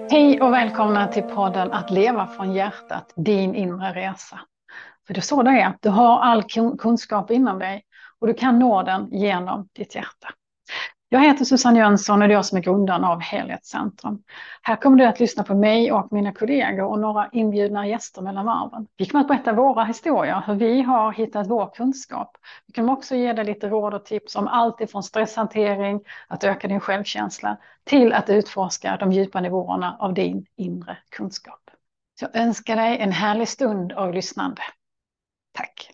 Hej och välkomna till podden Att leva från hjärtat, din inre resa. För det är så det är, du har all kunskap inom dig och du kan nå den genom ditt hjärta. Jag heter Susanne Jönsson och det är jag som är grundaren av Helhetscentrum. Här kommer du att lyssna på mig och mina kollegor och några inbjudna gäster mellan varven. Vi kommer att berätta våra historier, hur vi har hittat vår kunskap. Vi kommer också ge dig lite råd och tips om allt ifrån stresshantering, att öka din självkänsla, till att utforska de djupa nivåerna av din inre kunskap. Så jag önskar dig en härlig stund av lyssnande. Tack!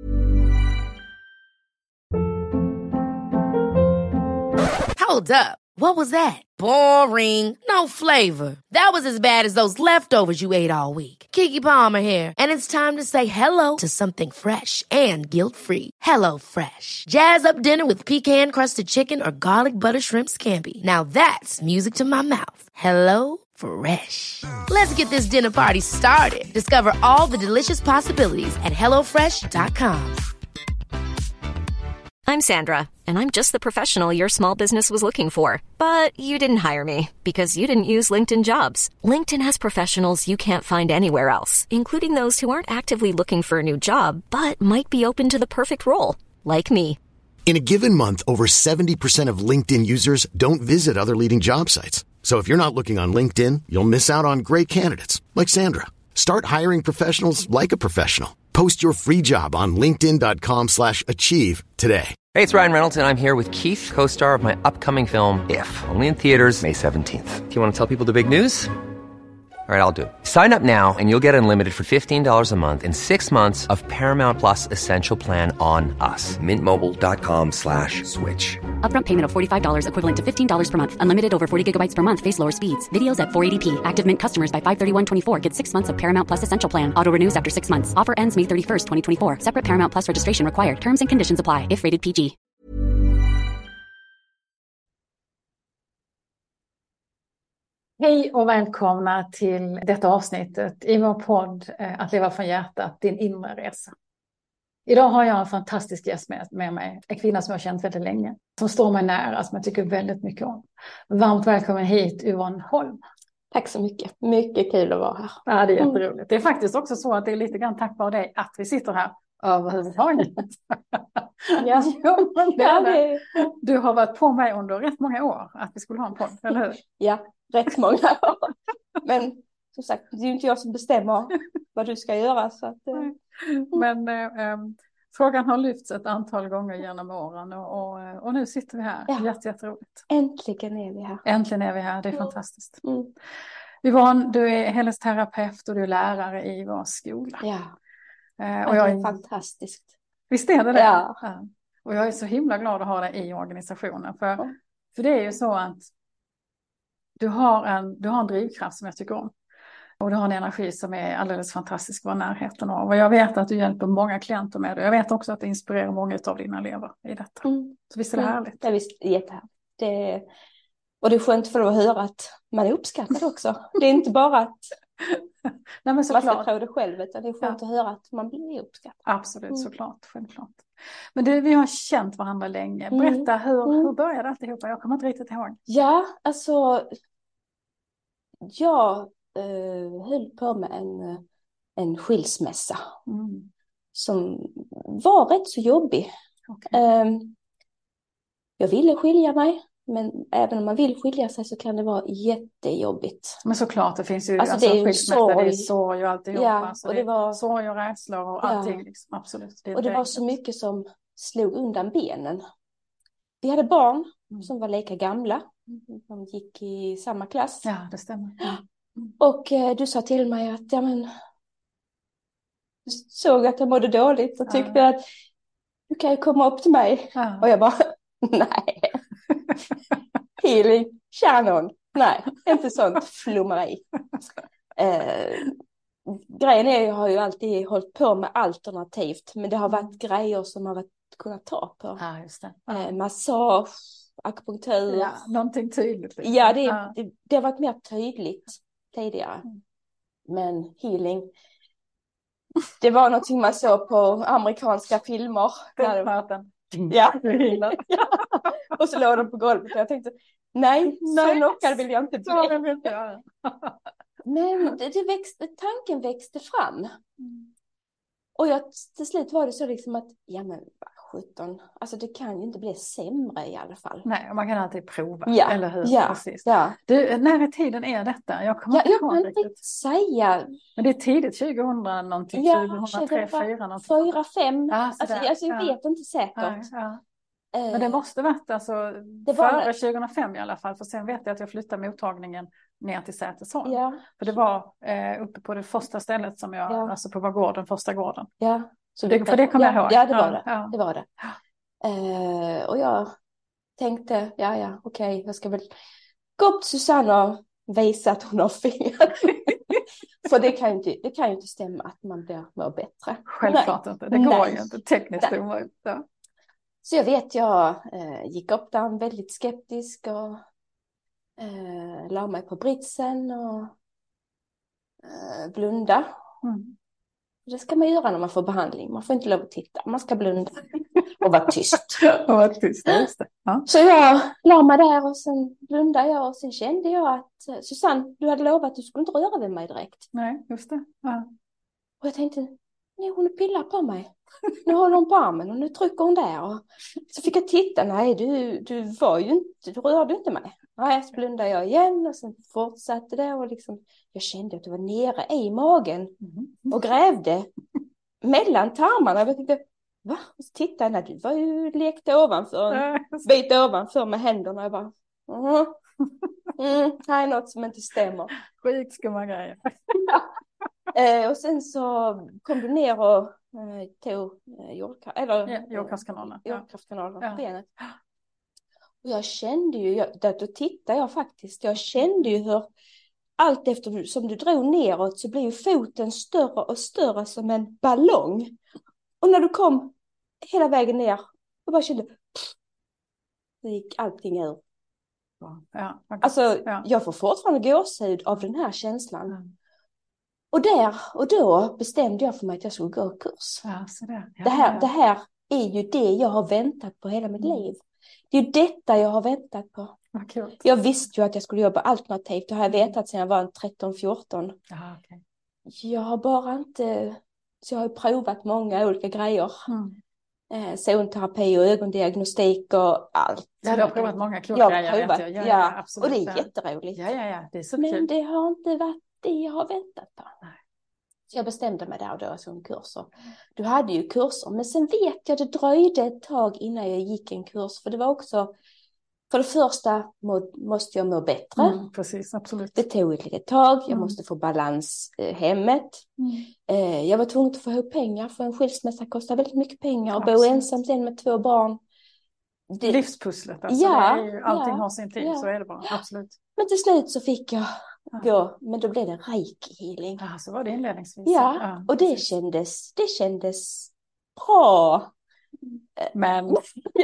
Hold up. What was that? Boring. No flavor. That was as bad as those leftovers you ate all week. Keke Palmer here, and it's time to say hello to something fresh and guilt-free. Hello Fresh. Jazz up dinner with pecan-crusted chicken or garlic butter shrimp scampi. Now that's music to my mouth. Hello Fresh. Let's get this dinner party started. Discover all the delicious possibilities at hellofresh.com. I'm Sandra, and I'm just the professional your small business was looking for. But you didn't hire me because you didn't use LinkedIn Jobs. LinkedIn has professionals you can't find anywhere else, including those who aren't actively looking for a new job, but might be open to the perfect role, like me. In a given month, over 70% of LinkedIn users don't visit other leading job sites. So if you're not looking on LinkedIn, you'll miss out on great candidates like Sandra. Start hiring professionals like a professional. Post your free job on linkedin.com/achieve today. Hey, it's Ryan Reynolds, and I'm here with Keith, co-star of my upcoming film, If, only in theaters May 17th. Do you want to tell people the big news? All right, I'll do it. Sign up now and you'll get unlimited for $15 a month and 6 months of Paramount Plus Essential Plan on us. Mintmobile.com/switch. Upfront payment of $45 equivalent to $15 per month. Unlimited over 40 gigabytes per month. Face lower speeds. Videos at 480p. Active Mint customers by 531.24 get 6 months of Paramount Plus Essential Plan. Auto renews after 6 months. Offer ends May 31st, 2024. Separate Paramount Plus registration required. Terms and conditions apply if rated PG. Hej och välkomna till detta avsnittet i vår podd Att leva från hjärtat, din inre resa. Idag har jag en fantastisk gäst med mig, en kvinna som jag har känt väldigt länge, som står mig nära, som jag tycker väldigt mycket om. Varmt välkommen hit, Yvonne Holm. Tack så mycket, mycket kul att vara här. Ja, det är jätteroligt. Det är faktiskt också så att det är lite grann tack vare dig att vi sitter här överhuvudtaget. Ja, det. Du har varit på mig under rätt många år att vi skulle ha en podd, eller hur? Ja, rätt många år. Men som sagt, det är ju inte jag som bestämmer vad du ska göra. Så att, Men frågan har lyfts ett antal gånger genom åren och nu sitter vi här. Ja. Jätteroligt. Äntligen är vi här. Äntligen är vi här, det är fantastiskt. Mm. Yvonne, du är helhetsterapeut och du är lärare i vår skola. Ja, Och jag det är fantastiskt. Visst är det det? Ja. Och jag är så himla glad att ha dig i organisationen. För det är ju så att du har en drivkraft som jag tycker om. Och du har en energi som är alldeles fantastisk att vara närheten av. Och jag vet att du hjälper många klienter med det. Jag vet också att det inspirerar många av dina elever i detta. Så visst är det härligt? Ja, visst, jättehärligt. Och det är skönt för att höra att man är uppskattad också. Det är inte bara att Nej, men man ska tro det själv, utan det är skönt att höra att man blir uppskattad. Absolut, såklart, självklart. Men vi har känt varandra länge. Berätta, hur började alltihopa? Jag kommer inte riktigt ihåg. Ja, alltså jag höll på med en skilsmässa som var rätt så jobbig. Okay. Jag ville skilja mig, men även om man vill skilja sig så kan det vara jättejobbigt. Men såklart, det finns ju alltså det är ju skilsmässa, det är sorg och alltihopa. Ja, alltså och det var sorg och rädslor och allting. Liksom. Absolut. Och det var så mycket som slog undan benen. Vi hade barn som var lika gamla. De gick i samma klass. Ja, det stämmer. Och du sa till mig att du såg att jag mådde dåligt och tyckte att du kan ju komma upp till mig. Ja. Och jag bara, nej. Healing, Shannon. Nej, inte sånt flummeri. Grejen är, jag har ju alltid hållit på med alternativt. Men det har varit grejer som har kunnat ta på. Ja, just det. Massage, akupunktur. Ja, någonting tydligt. Liksom. Ja, det har varit mer tydligt tidigare. Men healing, det var någonting man såg på amerikanska filmer. Ja. Och så låg de på golvet och jag tänkte, Nej, så lockad vill jag inte bli. Så vill vi inte göra. Men tanken växte fram. Och till slut var det så liksom att, ja men 17, alltså det kan ju inte bli sämre i alla fall. Nej, man kan alltid prova, Ja, eller hur? ja, Precis. ja. Du, när i tiden är detta? Jag kommer Jag kan inte säga. Men det är tidigt 2000 någonting, 2003, 2004 någonting. 4, 5. Ja, alltså jag vet inte säkert. Ja. Men det måste varit alltså före 2005 i alla fall. För sen vet jag att jag flyttade mottagningen ner till Sätesholm. Ja. För det var uppe på det första stället som jag, alltså på gården, första gården. Ja. Så för det kommer jag ihåg. Ja, det var det. Ja. Det var det. Och jag tänkte, okej, jag ska väl gå upp till Susanne och visa att hon har fel. För det kan ju inte stämma att man mår bättre. Självklart inte. Det går ju inte tekniskt omöjligt. Ja. Så jag vet, jag gick upp där väldigt skeptisk och la mig på britsen och blunda. Det ska man göra när man får behandling. Man får inte lov att titta. Man ska blunda och vara tyst. Just det. Ja. Så jag la mig där och sen blundade jag och sen kände jag att Susanne, du hade lovat att du skulle inte röra vid mig direkt. Nej, just det. Ja. Och jag tänkte, nej, hon pillar på mig. Nu håller hon på armen och nu trycker hon där. Och så fick jag titta, nej du rörde inte mig. Nej, så blundade jag igen och sen fortsatte det och liksom, jag kände att det var nere i magen och grävde mellan tarmarna. Jag tänkte, va? Och så tittade jag, du var ju lekte ovanför, bit ovanför med händerna. Jag bara, det är något som inte stämmer. Skitskumma grejer. Och sen så kom du ner och tog jordkraftkanalen på benet. Och jag kände ju, då tittade jag faktiskt, jag kände ju hur allt efter som du drog neråt så blev ju foten större och större som en ballong. Och när du kom hela vägen ner, jag bara kände, det gick allting ur. Jag får fortfarande gåshud av den här känslan. Och då bestämde jag för mig att jag skulle gå kurs. Det här är ju det jag har väntat på hela mitt liv. Det är ju detta jag har väntat på. Cool. Jag visste ju att jag skulle jobba alternativt. Det har jag vetat sedan jag var 13-14. Jag har bara inte... Så jag har provat många olika grejer. Zonterapi och ögondiagnostik och allt. Ja, du har provat många kloka grejer. Ja, absolut. Och det är jätteroligt. Ja, det är så men kul. det har inte varit det jag har väntat på. Nej. Så jag bestämde mig där och då som kurser. Du hade ju kurser, men sen vet jag det dröjde ett tag innan jag gick en kurs. För det var också, för det första måste jag må bättre. Precis, absolut. Det tog ett litet tag, jag måste få balans hemmet. Jag var tvungen att få ihop pengar, för en skilsmässa kostar väldigt mycket pengar. Och bo ensam sen med 2 barn. Livspusslet, alltså. Allting har sin tid, så är det bara, absolut. Men till slut så fick jag gå, men då blev det reiki healing. Ja, så var det inledningsvis. Ja, och det kändes bra. Men,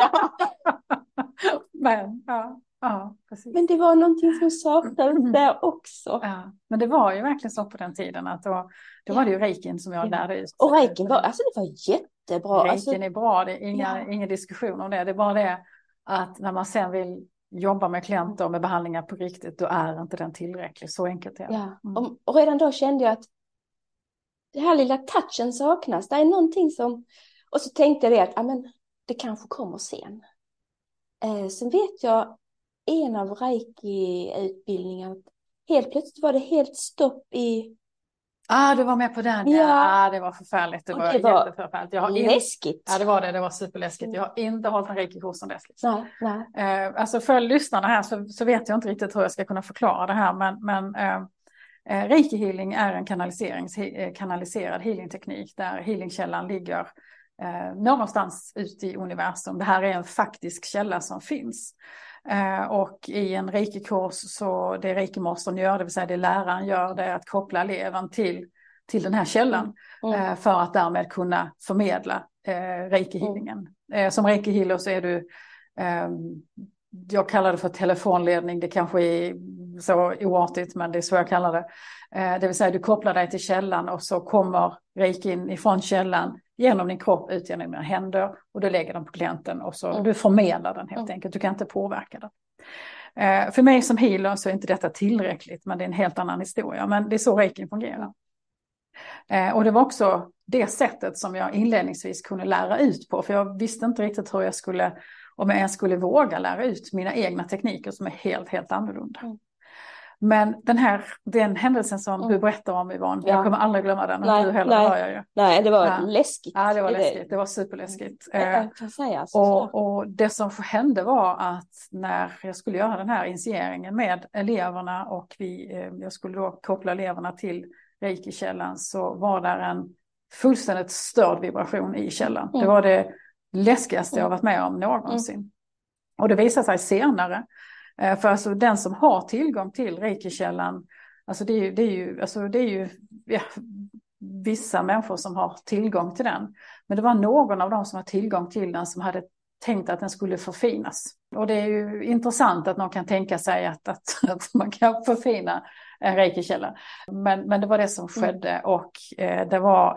precis. Men det var någonting som saknades där också. Ja, men det var ju verkligen så på den tiden att då var det ju reikin som jag lärde ut. Och reikin det var jättebra. Reikin är bra, det är ingen diskussion om det. Det är bara det att när man sen vill jobba med klienter med behandlingar på riktigt, då är inte den tillräcklig. Så enkelt är det. Ja. Och redan då kände jag att det här lilla touchen saknas. Det är någonting som... Och så tänkte jag att det kanske kommer sen. Sen vet jag en av reiki-utbildningarna. Helt plötsligt var det helt stopp i... Du var med på den. Ja, det var förfärligt. Det var jätteförfärligt. Läskigt. Ja, det var det. Det var superläskigt. Jag har inte hållit en reiki-kurs som läskigt. Nej. Alltså för lyssnarna här så vet jag inte riktigt hur jag ska kunna förklara det här. Men reiki healing är en kanaliserad healingteknik där healingkällan ligger någonstans ute i universum. Det här är en faktisk källa som finns. Och i en reiki-kurs så det reiki-mastern gör, det vill säga det läraren gör, det är att koppla eleven till den här källan för att därmed kunna förmedla reiki-healingen. Som reiki-healer så är du, jag kallar det för telefonledning, det kanske är så oartigt men det är så jag kallar det. Det vill säga du kopplar dig till källan och så kommer reikin ifrån källan genom din kropp ut genom dina händer och du lägger den på klienten och så du förmedlar den helt enkelt. Du kan inte påverka den. För mig som healer så är inte detta tillräckligt, men det är en helt annan historia. Men det är så reikin fungerar. Och det var också det sättet som jag inledningsvis kunde lära ut på. För jag visste inte riktigt hur jag skulle, om jag ens skulle våga lära ut mina egna tekniker som är helt annorlunda. Men den händelsen som du berättar om, Yvonne, jag kommer aldrig glömma den. Nej, du heller, hör jag ju. Nej, det var läskigt. Ja, det var läskigt. Det var superläskigt. Jag kan säga så. Och det som hände var att när jag skulle göra den här initieringen med eleverna och jag skulle då koppla eleverna till reiki-källan, så var där en fullständigt störd vibration i källan. Det var det läskigaste jag varit med om någonsin. Och det visade sig senare. För alltså den som har tillgång till reiki-källan, alltså det är ju vissa människor som har tillgång till den. Men det var någon av dem som har tillgång till den som hade tänkt att den skulle förfinas. Och det är ju intressant att någon kan tänka sig att man kan förfina en reiki-källa. Men det var det som skedde, och det var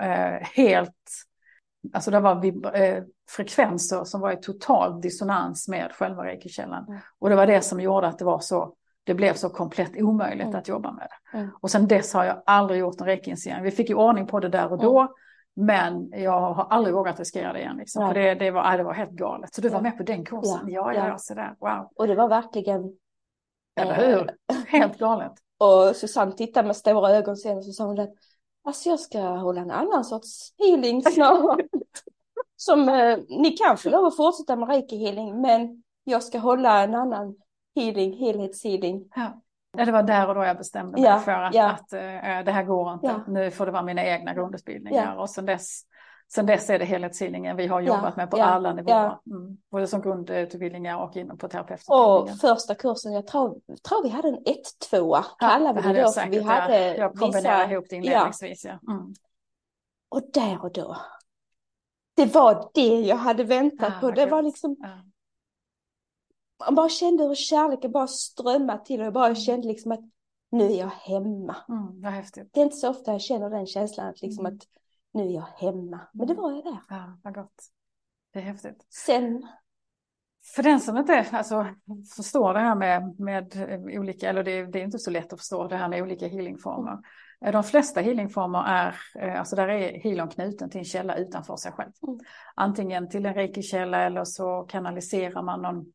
det var frekvenser som var i total dissonans med själva reiki-källan. Och det var det som gjorde att det blev så komplett omöjligt att jobba med det. Och sen dess har jag aldrig gjort en reiki-initiering. Vi fick ju ordning på det där och då, men jag har aldrig vågat riskera det igen. Liksom. För det var helt galet. Så du var med på den kursen? Ja, sådär. Wow. Och det var verkligen... Eller hur? Helt galet. Och Susanne tittade med stora ögon sen och så sa hon att alltså jag ska hålla en annan sorts healing snart. Som ni kan få lov att fortsätta med reiki-healing, men jag ska hålla en annan healing, helhetshealing. Ja, det var där och då jag bestämde mig för att det här går inte. Nu får det vara mina egna grundutbildningar. Och sen dess är det helhetshealingen vi har jobbat med på alla nivåer. Både som grundutbildningar och inom på terapeututbildningen. Och första kursen, jag tror vi hade en 1-2, kallade vi det då. För vi hade jag kombinerade ihop det inledningsvis. Och där och då. Det var det jag hade väntat på. Det var liksom... Man bara kände hur kärleken bara strömmade till, och jag bara kände liksom att nu är jag hemma. Vad häftigt. Det är inte så ofta jag känner den känslan att liksom att nu är jag hemma. Men det var jag där. Ja, vad gott. Det är häftigt. Sen... För den som inte förstår det här med olika, eller det är inte så lätt att förstå det här med olika healingformer. De flesta healingformer där är healern knuten till en källa utanför sig själv. Antingen till en reiki-källa, eller så kanaliserar man någon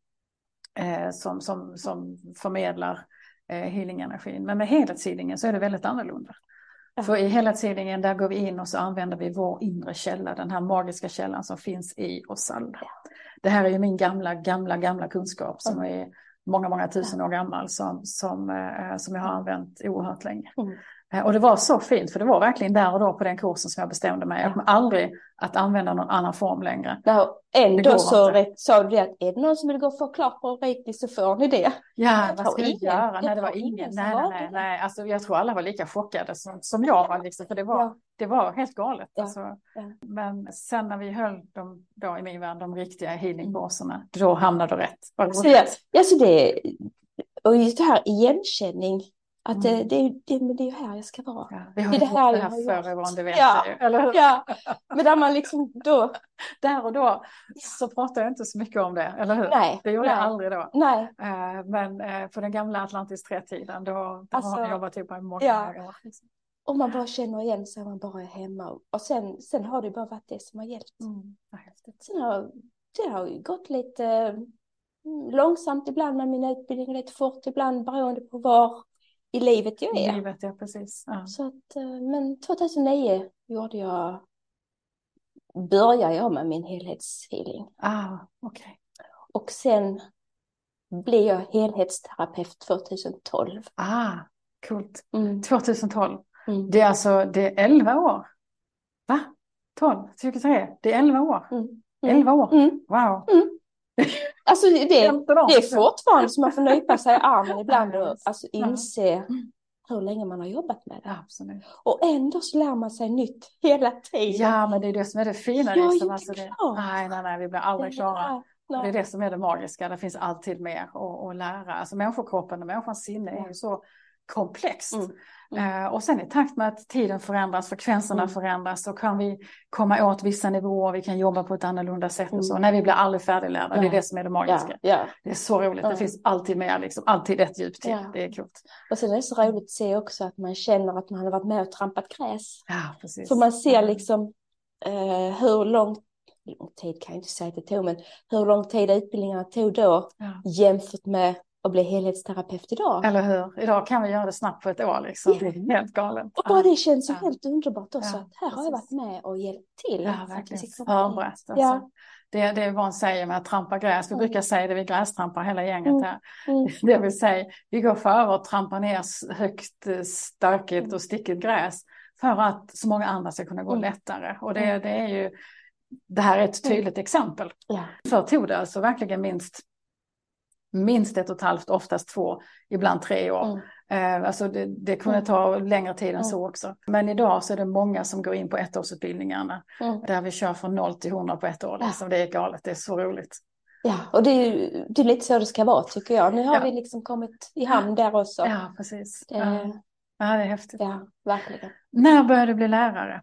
som förmedlar healing-energin. Men med helhetshealingen så är det väldigt annorlunda. För i helhetshealingen där går vi in och så använder vi vår inre källa, den här magiska källan som finns i oss alla. Det här är ju min gamla kunskap som är många tusen år gammal, som jag har använt oerhört länge. Och det var så fint, för det var verkligen där och då på den kursen som jag bestämde mig. Jag kommer aldrig att använda någon annan form längre. Ändå så sa du att är det någon som vill gå och få klart på reiki så får ni det. Ja, vad ska jag göra? Nej, det var ingen. Nej. Alltså, jag tror alla var lika chockade som jag var. Liksom, för det var helt galet. Alltså. Men sen när vi höll då i min värld, de riktiga healingkurserna, då hamnade det rätt. Och just det här igenkänning. Att det är ju här jag ska vara. Ja, vi har det här förr, det vet jag ju, eller hur? Ja, men där man liksom då... Där och då så pratar jag inte så mycket om det, eller hur? Nej. Det gjorde jag aldrig då. Nej. Men på den gamla Atlantis 3-tiden, då har jag jobbat ihop i många år. Och man bara känner igen sig, man bara är hemma. Och sen har det bara varit det som har hjälpt. Sen det har ju gått lite långsamt ibland med mina utbildningar, lite fort ibland, beroende på var i livet jag är. Livet, ja, precis. Ja. Så men 2009 började jag med min helhetshealing. Okej. Och sen blev jag helhetsterapeut 2012. Coolt. 2012. Det är det är 11 år. Va? 12, 23. Det är 11 år. 11 år. Wow. Alltså det är fortfarande som man får nypa sig i armen ibland och inse hur länge man har jobbat med det. Absolut. Och ändå så lär man sig nytt hela tiden. Ja, men det är det som är det fina. Nej, vi blir aldrig klara. Nej. Det är det som är det magiska. Det finns alltid mer att lära. Alltså människokroppen och människans sinne är ju så komplext. Och sen i takt med att tiden förändras, frekvenserna förändras, så kan vi komma åt vissa nivåer, vi kan jobba på ett annorlunda sätt och så. Nej, vi blir aldrig färdiglärda, det är det som är det magiska. Det är så roligt, det finns alltid mer, liksom, alltid ett djup till, det är coolt. Och sen är det så roligt att se också att man känner att man har varit med och trampat gräs. Ja, precis. För man ser liksom hur lång tid kan jag inte säga att det tog, men hur lång tid utbildningarna tog då jämfört med att bli helhetsterapeut idag. Eller hur? Idag kan vi göra det snabbt på ett år liksom. Det är helt galet. Och bara det känns så helt underbart också. Att här har jag varit med och hjälpt till. Ja, verkligen. Förberett. Alltså. Det är vad man säger med att trampa gräs. Vi brukar säga det, vi grästrampar hela gänget här. Det vill säga, vi går före och trampar ner högt, starkt och stickigt gräs. För att så många andra ska kunna gå lättare. Och det är ju, det här är ett tydligt exempel. Förr tog det alltså verkligen minst 1,5, oftast 2, ibland 3 år. Alltså det kunde ta längre tid än så också. Men idag så är det många som går in på ettårsutbildningarna. Där vi kör från 0 till 100 på ett år. Liksom. Det är galet, det är så roligt. Ja, och det är lite så det ska vara, tycker jag. Nu har vi liksom kommit i hamn där också. Ja, precis. Ja, det är häftigt. Ja, verkligen. När började du bli lärare?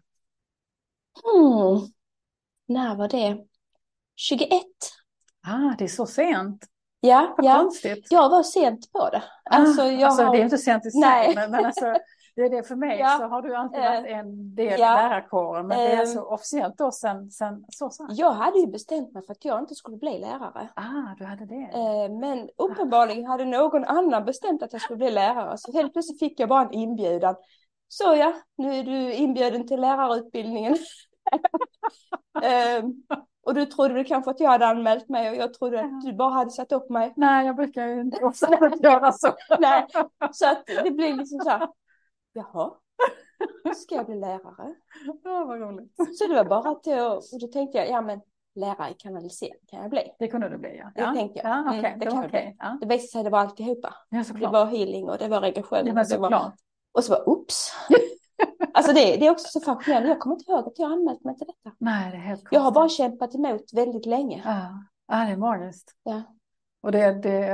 När var det? 21. Det är så sent. Ja, konstigt. Jag var sent på det. Alltså, det är inte sent i sig, men alltså, det är det för mig. Så har du alltid varit en del i lärarkåren, men det är så officiellt då sen så. Jag hade ju bestämt mig för att jag inte skulle bli lärare. Du hade det. Men uppenbarligen hade någon annan bestämt att jag skulle bli lärare. Så helt plötsligt fick jag bara en inbjudan. Så nu är du inbjuden till lärarutbildningen. Och du trodde kanske att jag hade anmält mig och jag trodde att du bara hade satt upp mig. Nej, jag brukar ju inte också göra så. Nej, så att det blir liksom så här, jaha, ska jag bli lärare? Ja, vad roligt. Så det var bara att och då tänkte jag, men lärare i kanalisering kan jag bli. Det kunde du bli, ja. Det tänkte jag. Ja, okay. Det kan jag bli. Det visade sig det var alltihopa. Ja, det var healing och det var regression. Och så var oops. Alltså det är också så fascinerande. Jag kommer inte ihåg att jag anmält mig till detta. Nej, det är helt konstigt. Jag har bara kämpat emot väldigt länge. Ja, det är magiskt. Ja. Och det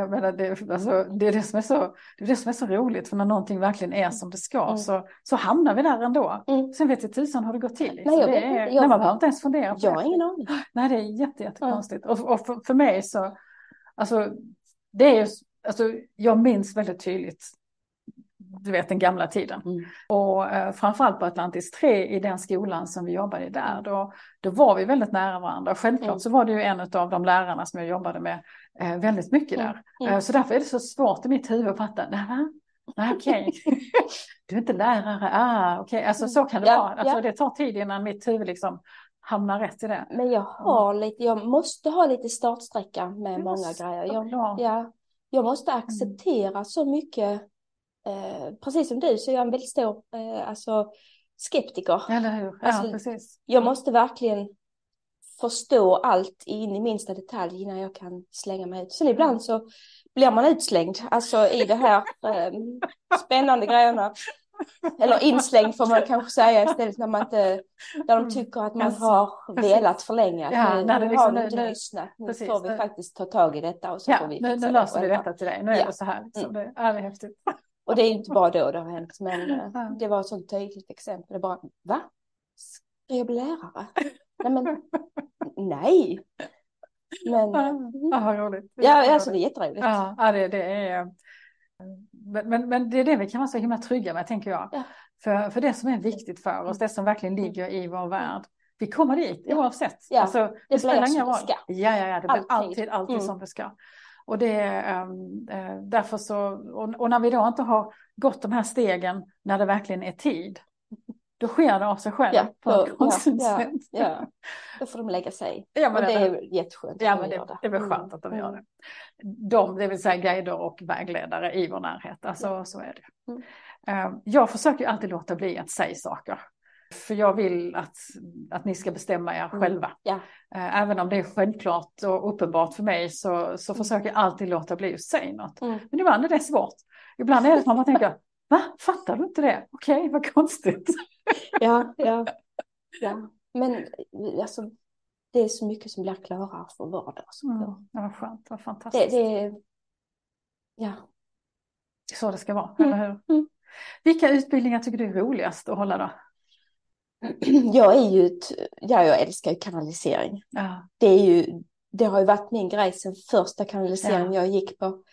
är det som är så roligt. För när någonting verkligen är som det ska så hamnar vi där ändå. Sen vet jag tusan hur det går till. Nej, man behöver inte ens fundera på det. Jag har ingen aning. Nej, det är jättekonstigt. Och för mig så, alltså, det är ju, alltså, jag minns väldigt tydligt, du vet, den gamla tiden. Och framförallt på Atlantis 3 i den skolan som vi jobbade där, då var vi väldigt nära varandra. Självklart så var det ju en av de lärarna som jag jobbade med väldigt mycket där. Så därför är det så svårt i mitt huvud att fatta, okej. Du är inte lärare, okej. Alltså så kan det vara. Alltså, det tar tid innan mitt huvud liksom hamnar rätt i det. Men jag måste ha lite startsträcka med många grejer. Jag måste acceptera så mycket. Precis som du så är jag en väldigt stor skeptiker. Eller hur? Ja, precis. Jag måste verkligen förstå allt in i minsta detalj innan jag kan slänga mig ut. Sen ibland så blir man utslängd i det här spännande grejerna. Eller inslängd får man kanske säga istället när de tycker att man har velat förlänga. När det har du inte lyssnat. Nu får vi faktiskt ta tag i detta och så får vi nu löser vi detta till dig. Nu är det så här. Så det är häftigt. Och det är inte bara då det har hänt, men det var ett sånt tydligt exempel. Det bara, va? Ska jag bli lärare? Nej. Men vad roligt. Det är jätteroligt. Ja, det är. Men det är det vi kan vara så himla trygga med, tänker jag. För det som är viktigt för oss, det som verkligen ligger i vår värld. Vi kommer dit oavsett. Alltså, det spelar ingen roll. Det blir alltid som det ska. Och det därför så, och när vi då inte har gått de här stegen när det verkligen är tid, då sker det av sig själv på ett konstigt sätt. Då får de lägga sig. Och det är jätteskönt. Det är väl skönt att de gör det. Det vill säga guider och vägledare i vår närhet. Alltså så är det. Jag försöker alltid låta bli att säga saker. För jag vill att ni ska bestämma er själva. Även om det är självklart och uppenbart för mig så försöker jag alltid låta bli att säga något. Men ibland är det svårt. Ibland är det som man tänker, va? Fattar du inte det? Okej, vad konstigt. Ja. Men alltså, det är så mycket som blir klarare för vardag. Det var skönt, det var fantastiskt. Så det ska vara, eller hur? Mm. Vilka utbildningar tycker du är roligast att hålla då? Jag älskar ju kanalisering. Ja. Det har ju varit min grej sen första kanaliseringen jag gick på.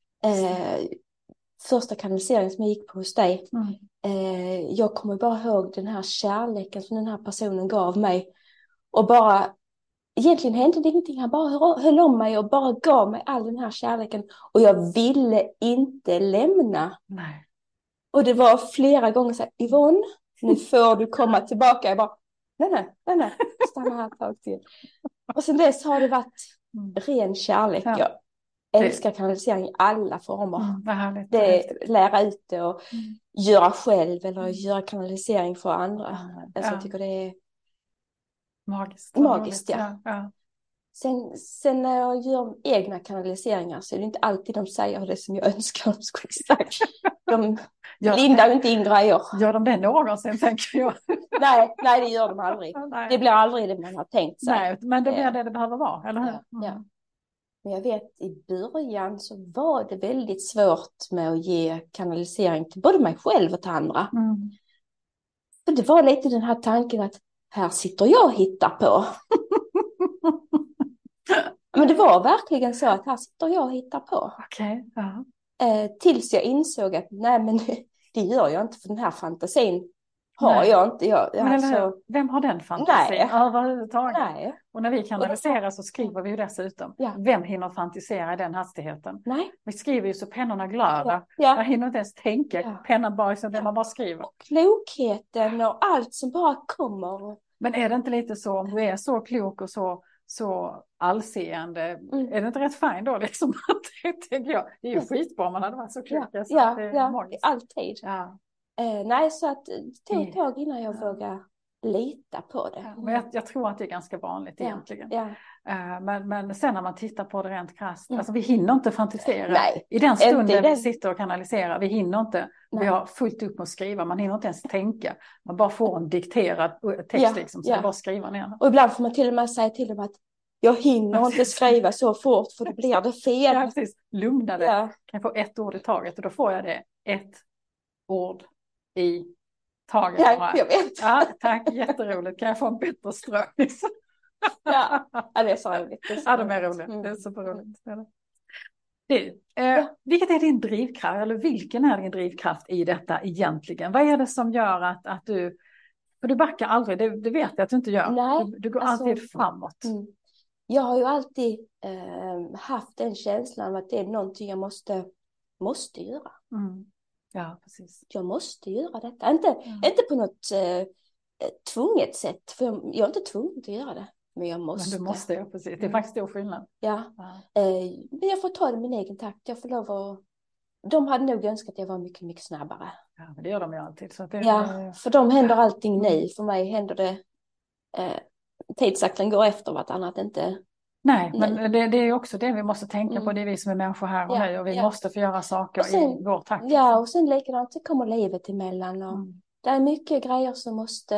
Första kanaliseringen som jag gick på hos dig. Jag kommer bara ihåg den här kärleken som den här personen gav mig. Och bara, egentligen hände det ingenting. Han bara höll om mig och bara gav mig all den här kärleken. Och jag ville inte lämna. Nej. Och det var flera gånger så här, Yvonne, nu får du komma tillbaka. Jag bara, nej, stanna här ett tag till. Och sen dess har det varit ren kärlek. Ja. Jag älskar kanalisering i alla former. Vad härligt. Lära ut det och göra själv eller göra kanalisering för andra. Alltså, jag tycker det är magiskt, ja. Sen när jag gör egna kanaliseringar så är det inte alltid de säger det som jag önskar de skulle sagt. De lindar ju inte in grejer. Gör de det någonsin, tänker jag? Nej, det gör de aldrig. Nej. Det blir aldrig det man har tänkt sig. Nej, men det blir det behöver vara, eller hur? Ja. Men jag vet, i början så var det väldigt svårt med att ge kanalisering till både mig själv och till andra. För det var lite den här tanken att här sitter jag och hittar på. Men det var verkligen så att här sitter jag och hittar på. Okej, ja. Tills jag insåg att nej, men det gör jag inte, för den här fantasin har jag inte. Vem har den fantasin överhuvudtaget? Nej. Och när vi kanaliserar så skriver vi ju dessutom. Ja. Vem hinner fantisera i den hastigheten? Nej. Vi skriver ju så pennorna glöder. Ja. Jag hinner inte ens tänka. Ja. Pennan bara så man bara skriver. Och klokheten och allt som bara kommer. Men är det inte lite så, om du är så klok och så allseende, är det inte rätt fint då liksom? Det tänker jag. Det är ju skitbra om man hade varit så klok. Alltid. Ja. Nej, så att det tog ett tag innan jag vågade lita på det. Ja, men jag tror att det är ganska vanligt egentligen. Ja. Men sen när man tittar på det rent krasst, alltså vi hinner inte fantisera. Nej, i den stunden vi sitter och kanaliserar, vi hinner inte. Vi har fullt upp med att skriva, man hinner inte ens tänka. Man bara får en dikterad text liksom, så bara skriva ner. Och ibland får man till och med säga till dem att jag hinner inte skriva så fort för då blir det fel. Ja, precis. Lugna dig. Kan jag få ett ord i taget och då får jag det. Ett ord i taget. Ja, jag vet. Ja, tack, jätteroligt. Kan jag få en bättre strömning? Ja, det är så roligt. Ja, de är roliga. Det är superroligt. Vilket är din drivkraft, eller vilken är din drivkraft i detta egentligen? Vad är det som gör att du, för du backar aldrig, det vet jag att du inte gör. Nej, du går alltid framåt. Jag har ju alltid haft den känslan att det är någonting jag måste göra. Ja, precis. Jag måste göra detta. Inte på något tvunget sätt. För jag är inte tvungen att göra det. Men jag måste. Men du måste, ja, precis. Det är faktiskt stor skillnad. Ja. Men jag får ta det i min egen takt. Jag får lov att... De hade nog önskat att jag var mycket, mycket snabbare. Ja, men det gör de ju alltid. Så att för de händer allting nu. För mig händer det... Tidsakten går efter vartannat, inte... Nej, men det är också det vi måste tänka på. Det är vi som är människor här och nu. Och vi måste få göra saker sen, i vår takt. Ja, och sen likadant så kommer livet emellan. Och det är mycket grejer som måste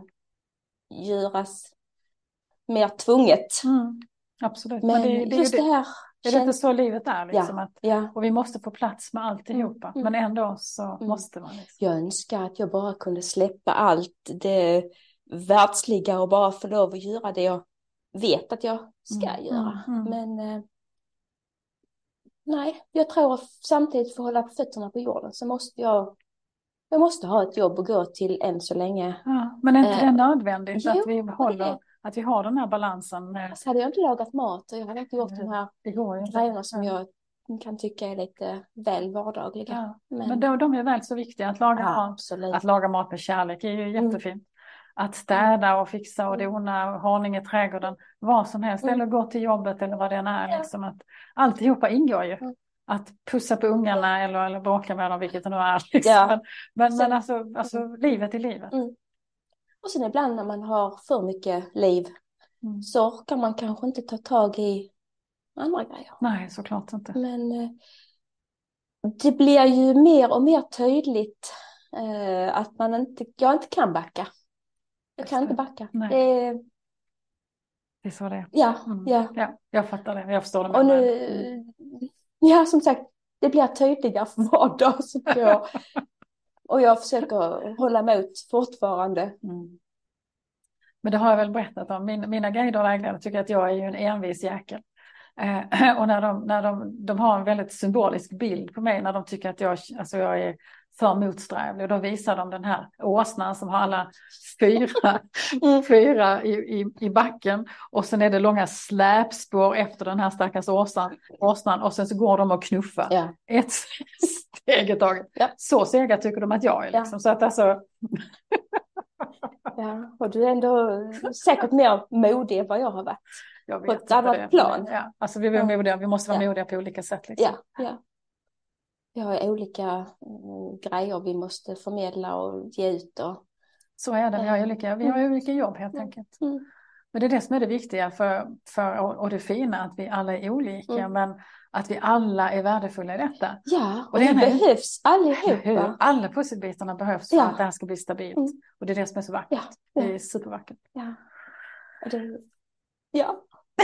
göras mer tvunget. Absolut. Men det är just det här... Är det inte så livet är? Liksom, och vi måste få plats med alltihopa. Men ändå så måste man. Liksom. Jag önskar att jag bara kunde släppa allt det världsliga och bara få lov att göra det jag vet att jag ska göra. Men nej, jag tror att samtidigt för att hålla fötterna på jorden så måste jag måste ha ett jobb att gå till än så länge. Ja, men är inte det nödvändigt att vi håller... Att vi har den här balansen. Så hade jag inte lagat mat och jag hade inte gjort de här grejerna som jag kan tycka är lite väl vardagliga. Ja. Men de är väl så viktiga. Att laga mat. Absolut. Att laga mat med kärlek är ju jättefint. Att städa och fixa och dona, ordning i trädgården, vad som helst. Eller gå till jobbet eller vad det än är. Liksom att alltihopa ingår ju. Att pussa på ungarna eller bråka med dem, vilket det nu är. Liksom. Men alltså livet är livet. Och sen ibland när man har för mycket liv så kan man kanske inte ta tag i andra grejer. Nej, såklart inte. Men det blir ju mer och mer tydligt att jag inte kan backa. Jag kan inte backa. Det är så det är. Ja. Jag fattar det. Jag förstår det. Och nu, som sagt, det blir tydligare för var dag som går. Och jag försöker hålla emot fortfarande. Mm. Men det har jag väl berättat om. Mina guider och vägledare tycker att jag är ju en envis jäkel. Och när de har en väldigt symbolisk bild på mig, när de tycker att jag är för motsträvlig, och då visar de den här åsnan som har alla fyra i backen, och sen är det långa släpspår efter den här stackars åsnan, och sen så går de och knuffar ett steg i taget. Ja. Så sega tycker de att jag är liksom. Ja. Så att alltså... Ja, och du är ändå säkert mer modig än vad jag har varit. Jag vet på ett annat plan. Ja, alltså vi är modiga, vi måste vara modiga på olika sätt. Liksom. Ja. Vi har olika grejer vi måste förmedla och ge ut. Så är det, vi har olika jobb helt enkelt. Mm. Men det är det som är det viktiga och det fina, att vi alla är olika, men att vi alla är värdefulla i detta. Ja, och det behövs allihopa. Alla pusselbitarna behövs för att det här ska bli stabilt. Mm. Och det är det som är så vackert. Ja. Det är supervackert. Ja.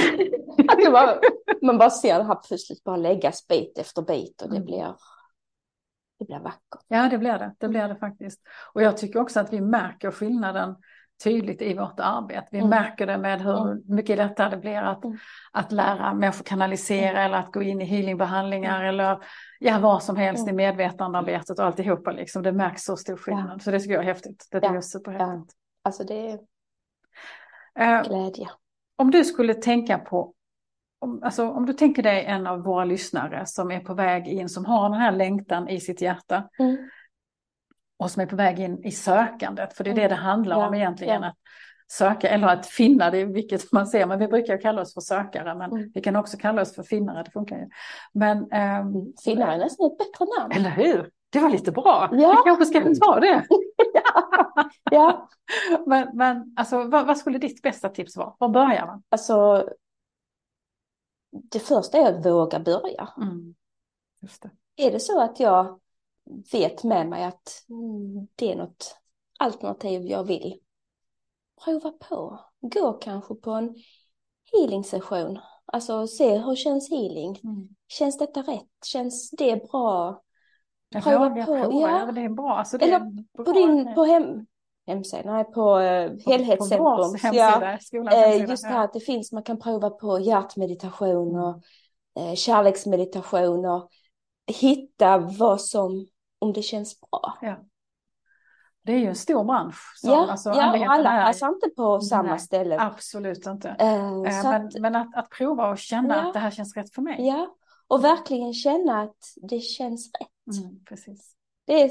Man bara ser det här pusslet bara läggas bit efter bit, och det blir vackert. Ja, det blir det faktiskt. Och jag tycker också att vi märker skillnaden tydligt i vårt arbete. Vi märker det med hur mycket lättare det blir att lära människor kanalisera eller att gå in i healingbehandlingar eller vad som helst i medvetandearbetet och alltihopa. Liksom. Det märks så stor skillnad. Så det tycker jag är häftigt. Det är superhäftigt. Alltså det är glädje. Om du skulle tänka på, om du tänker dig en av våra lyssnare som är på väg in, som har den här längtan i sitt hjärta och som är på väg in i sökandet, för det är det handlar om egentligen, att söka eller att finna, det vilket man ser, men vi brukar kalla oss för sökare, men vi kan också kalla oss för finnare, det funkar ju. Men finnare är nästan ett bättre namn. Eller hur? Det var lite bra. Ja. Vi kanske ska ta det. Ja. Men alltså, vad skulle ditt bästa tips vara? Var börjar man? Alltså, det första är att våga börja. Just det. Är det så att jag vet med mig att det är något alternativ jag vill, prova på. Gå kanske på en healing-session. Alltså se, hur känns healing? Känns detta rätt? Känns det bra? Prova på. Det är bra. Alltså, det eller är på hemsidan, nej, på Helhetscentrum. Just det här att det finns, man kan prova på hjärtmeditation och kärleksmeditation och hitta vad som, om det känns bra. Ja. Det är ju en stor bransch. Alla passar inte på samma ställe. Absolut inte. Men att prova och känna att det här känns rätt för mig. Ja, och verkligen känna att det känns rätt. Precis. Det är,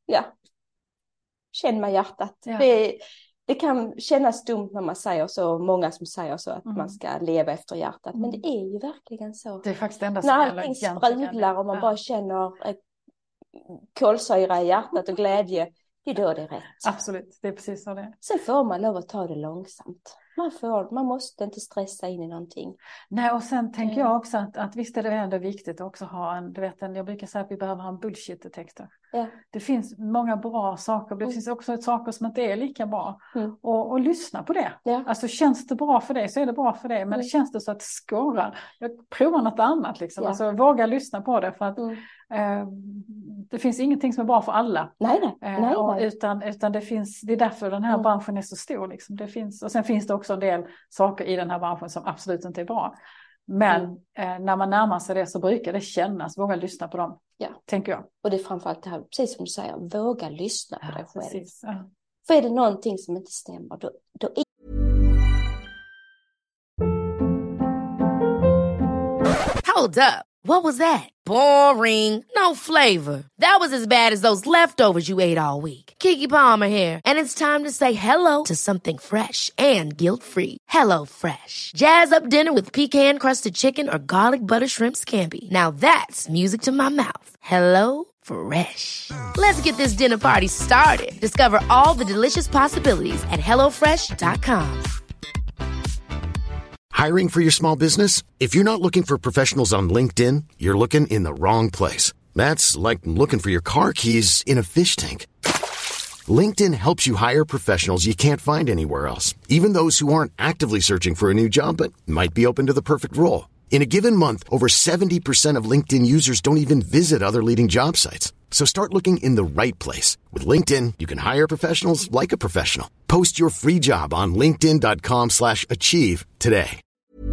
känn med hjärtat. Ja. Det kan kännas dumt när man säger så, många som säger så, att man ska leva efter hjärtat. Men det är ju verkligen så. Det är faktiskt det enda när allting sprudlar och man bara känner kolsyra i hjärtat och glädje, det är då det är rätt. Absolut, det är precis så det är. Sen får man lov att ta det långsamt. Man måste inte stressa in i någonting. Nej, och sen tänker jag också att visst är det ändå viktigt att också ha jag brukar säga att vi behöver ha en bullshit-detektor. Ja. Det finns många bra saker, det finns också saker som inte är lika bra. Och lyssna på det. Ja. Alltså känns det bra för dig så är det bra för dig, men känns det så att det skorrar, jag provar något annat liksom. Alltså våga lyssna på det, för att det finns ingenting som är bra för alla. Nej. Utan det finns, det är därför den här branschen är så stor liksom. Det finns, och sen finns det också en del saker i den här branschen som absolut inte är bra. Men när man närmar sig det så brukar det kännas, våga lyssna på dem, tänker jag. Och det är framförallt det här, precis som du säger, våga lyssna på dig själv. Precis, ja. För är det någonting som inte stämmer, då är... Hold up. What was that? Boring. No flavor. That was as bad as those leftovers you ate all week. Keke Palmer here, and it's time to say hello to something fresh and guilt-free. Hello Fresh. Jazz up dinner with pecan-crusted chicken or garlic butter shrimp scampi. Now that's music to my mouth. Hello Fresh. Let's get this dinner party started. Discover all the delicious possibilities at hellofresh.com. Hiring for your small business? If you're not looking for professionals on LinkedIn, you're looking in the wrong place. That's like looking for your car keys in a fish tank. LinkedIn helps you hire professionals you can't find anywhere else, even those who aren't actively searching for a new job but might be open to the perfect role. In a given month, over 70% of LinkedIn users don't even visit other leading job sites. So start looking in the right place. With LinkedIn, you can hire professionals like a professional. Post your free job on linkedin.com/achieve today.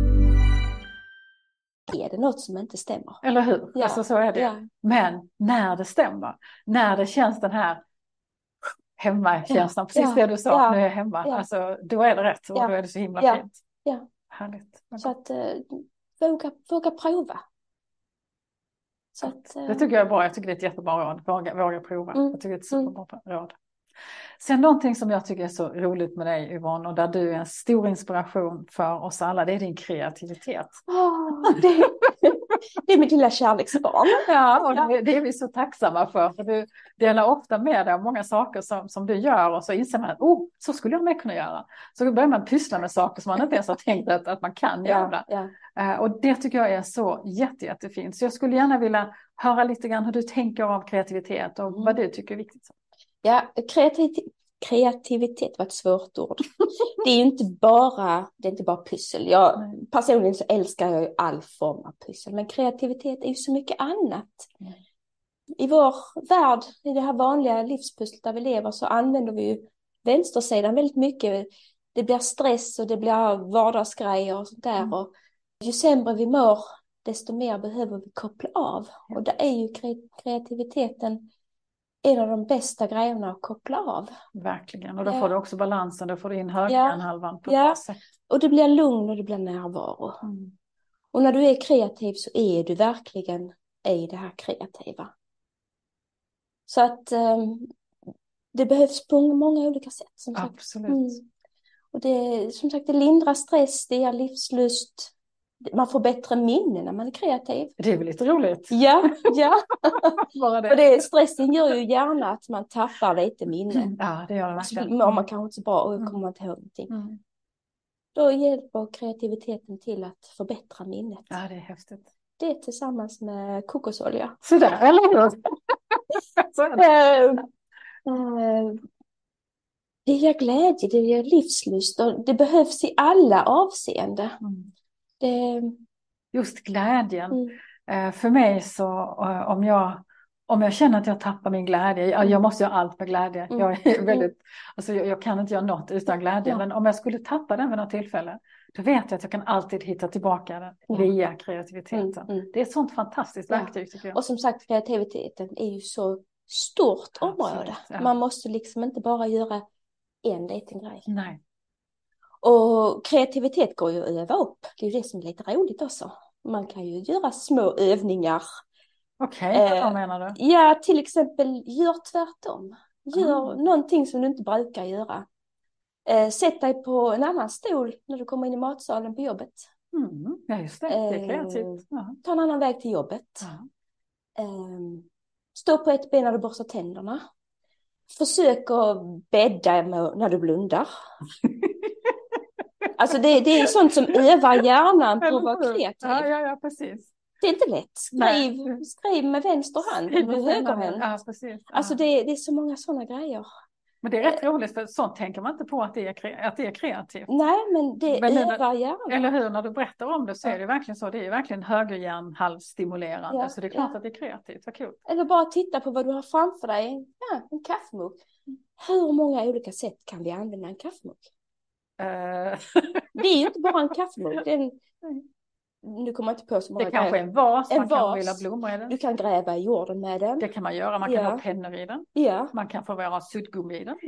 Är det något som inte stämmer? Eller hur? Ja. Alltså så är det. Ja. Men när det stämmer, när det känns den här hemmakänslan, precis det du sa, nu är jag hemma. Ja. Alltså, då är det rätt och då är det så himla fint. Ja. Härligt. Så att våga prova. Så att, Det tycker jag är bra. Jag tycker det är ett jättebra råd. Våga prova. Jag tycker det är ett superbra råd. Sen någonting som jag tycker är så roligt med dig, Yvonne, och där du är en stor inspiration för oss alla, det är din kreativitet. Det är mitt lilla kärleksbarn. Ja, och det är vi så tacksamma för du delar ofta med dig av många saker som du gör, och så inser man att så skulle jag med kunna göra. Så börjar man pyssla med saker som man inte ens har tänkt att man kan göra. Och det tycker jag är så jättefint. Så jag skulle gärna vilja höra lite grann hur du tänker av kreativitet och vad du tycker är viktigt. Ja, kreativitet var ett svårt ord. Det är inte bara pyssel. Personligen så älskar jag ju all form av pyssel. Men kreativitet är ju så mycket annat. I vår värld, i det här vanliga livspusslet där vi lever, så använder vi ju vänstersidan väldigt mycket. Det blir stress och det blir vardagsgrejer och sånt där. Och ju sämre vi mår, desto mer behöver vi koppla av. Och det är ju kreativiteten en av de bästa grejerna att koppla av. Verkligen, och då får du också balansen, då får du in högerhalvan på ett bra sätt. Och det blir lugn och det blir närvaro. Och när du är kreativ så är du verkligen i det här kreativa. Så att det behövs på många olika sätt. Som sagt. Absolut. Och det, som sagt, det lindrar stress, det ger livslust. Man får bättre minnen när man är kreativ. Det är väl lite roligt? Ja. Bara det. Och stressen gör ju gärna att man tappar lite minne. Ja, det gör det verkligen. Om man kanske inte så bra och kommer man inte ihåg någonting. Då hjälper kreativiteten till att förbättra minnet. Ja, det är häftigt. Det tillsammans med kokosolja. Sådär, eller hur? Det ger glädje, det ger livslust och det behövs i alla avseenden. Just glädjen. För mig så, om jag känner att jag tappar min glädje, jag måste göra allt med glädje. Jag är väldigt, alltså jag kan inte göra något utan glädje. Men om jag skulle tappa den vid något tillfälle, då vet jag att jag kan alltid hitta tillbaka den via kreativiteten. Det är ett sånt fantastiskt verktyg tycker jag. Och som sagt, kreativiteten är ju så stort område. Ja. Man måste liksom inte bara göra en liten grej. Nej. Och kreativitet går ju att öva upp. Det är ju det som är lite roligt också. Man kan ju göra små övningar. Okej, vad menar du? Ja, till exempel gör tvärtom. Gör någonting som du inte brukar göra. Sätt dig på en annan stol när du kommer in i matsalen på jobbet. Ja, just det. Det är kreativt. Ta en annan väg till jobbet. Stå på ett ben när du borstar tänderna. Försök att bädda när du blundar. Alltså det är sånt som övar hjärnan på att vara kreativ. Ja, precis. Det är inte lätt. Skriv med vänster hand eller högerhand. Ja, precis. Alltså det är så många sådana grejer. Men det är rätt roligt, för sånt tänker man inte på att det är kreativt. Nej, men det övar hjärnan. Eller hur, när du berättar om det så är det verkligen så. Det är verkligen högerhjärnhalsstimulerande. Så det är klart att det är kreativt. Vad kul. Eller bara titta på vad du har framför dig. Ja, en kaffemugg. Hur många olika sätt kan vi använda en kaffemugg? Det är ju inte bara en kaffemugg. Nu kommer jag inte på så många. Det kanske är en vas. Man kan vilja blommor i den. Du kan gräva i jorden med den. Det kan man göra. Man kan ha pennor i den. Ja. Man kan få vara suddgummi i den.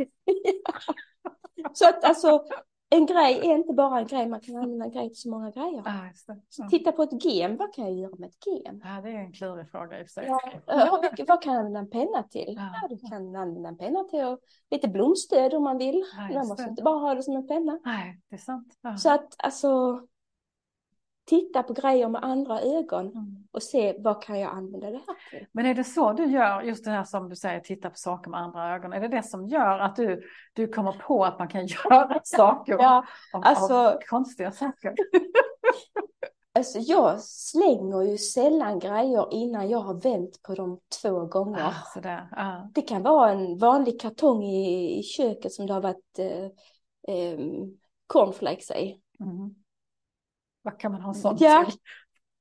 Så att alltså, en grej är inte bara en grej. Man kan använda en grej till så många grejer. Titta på ett gem. Vad kan jag göra med ett gem? Ja, det är en klurig fråga i sig. Vad kan jag använda en penna till? Ja, du kan använda en penna till lite blomstöd om man vill. Man måste inte bara ha det som en penna. Nej, det är sant. Så att alltså, titta på grejer med andra ögon och se vad kan jag använda det här till. Men är det så du gör, just det här som du säger, titta på saker med andra ögon, är det som gör att du kommer på att man kan göra saker av konstiga saker? Alltså jag slänger ju sällan grejer innan jag har vänt på dem 2 gånger. Det kan vara en vanlig kartong i köket som det har varit cornflakes i. Vad kan man ha sånt till?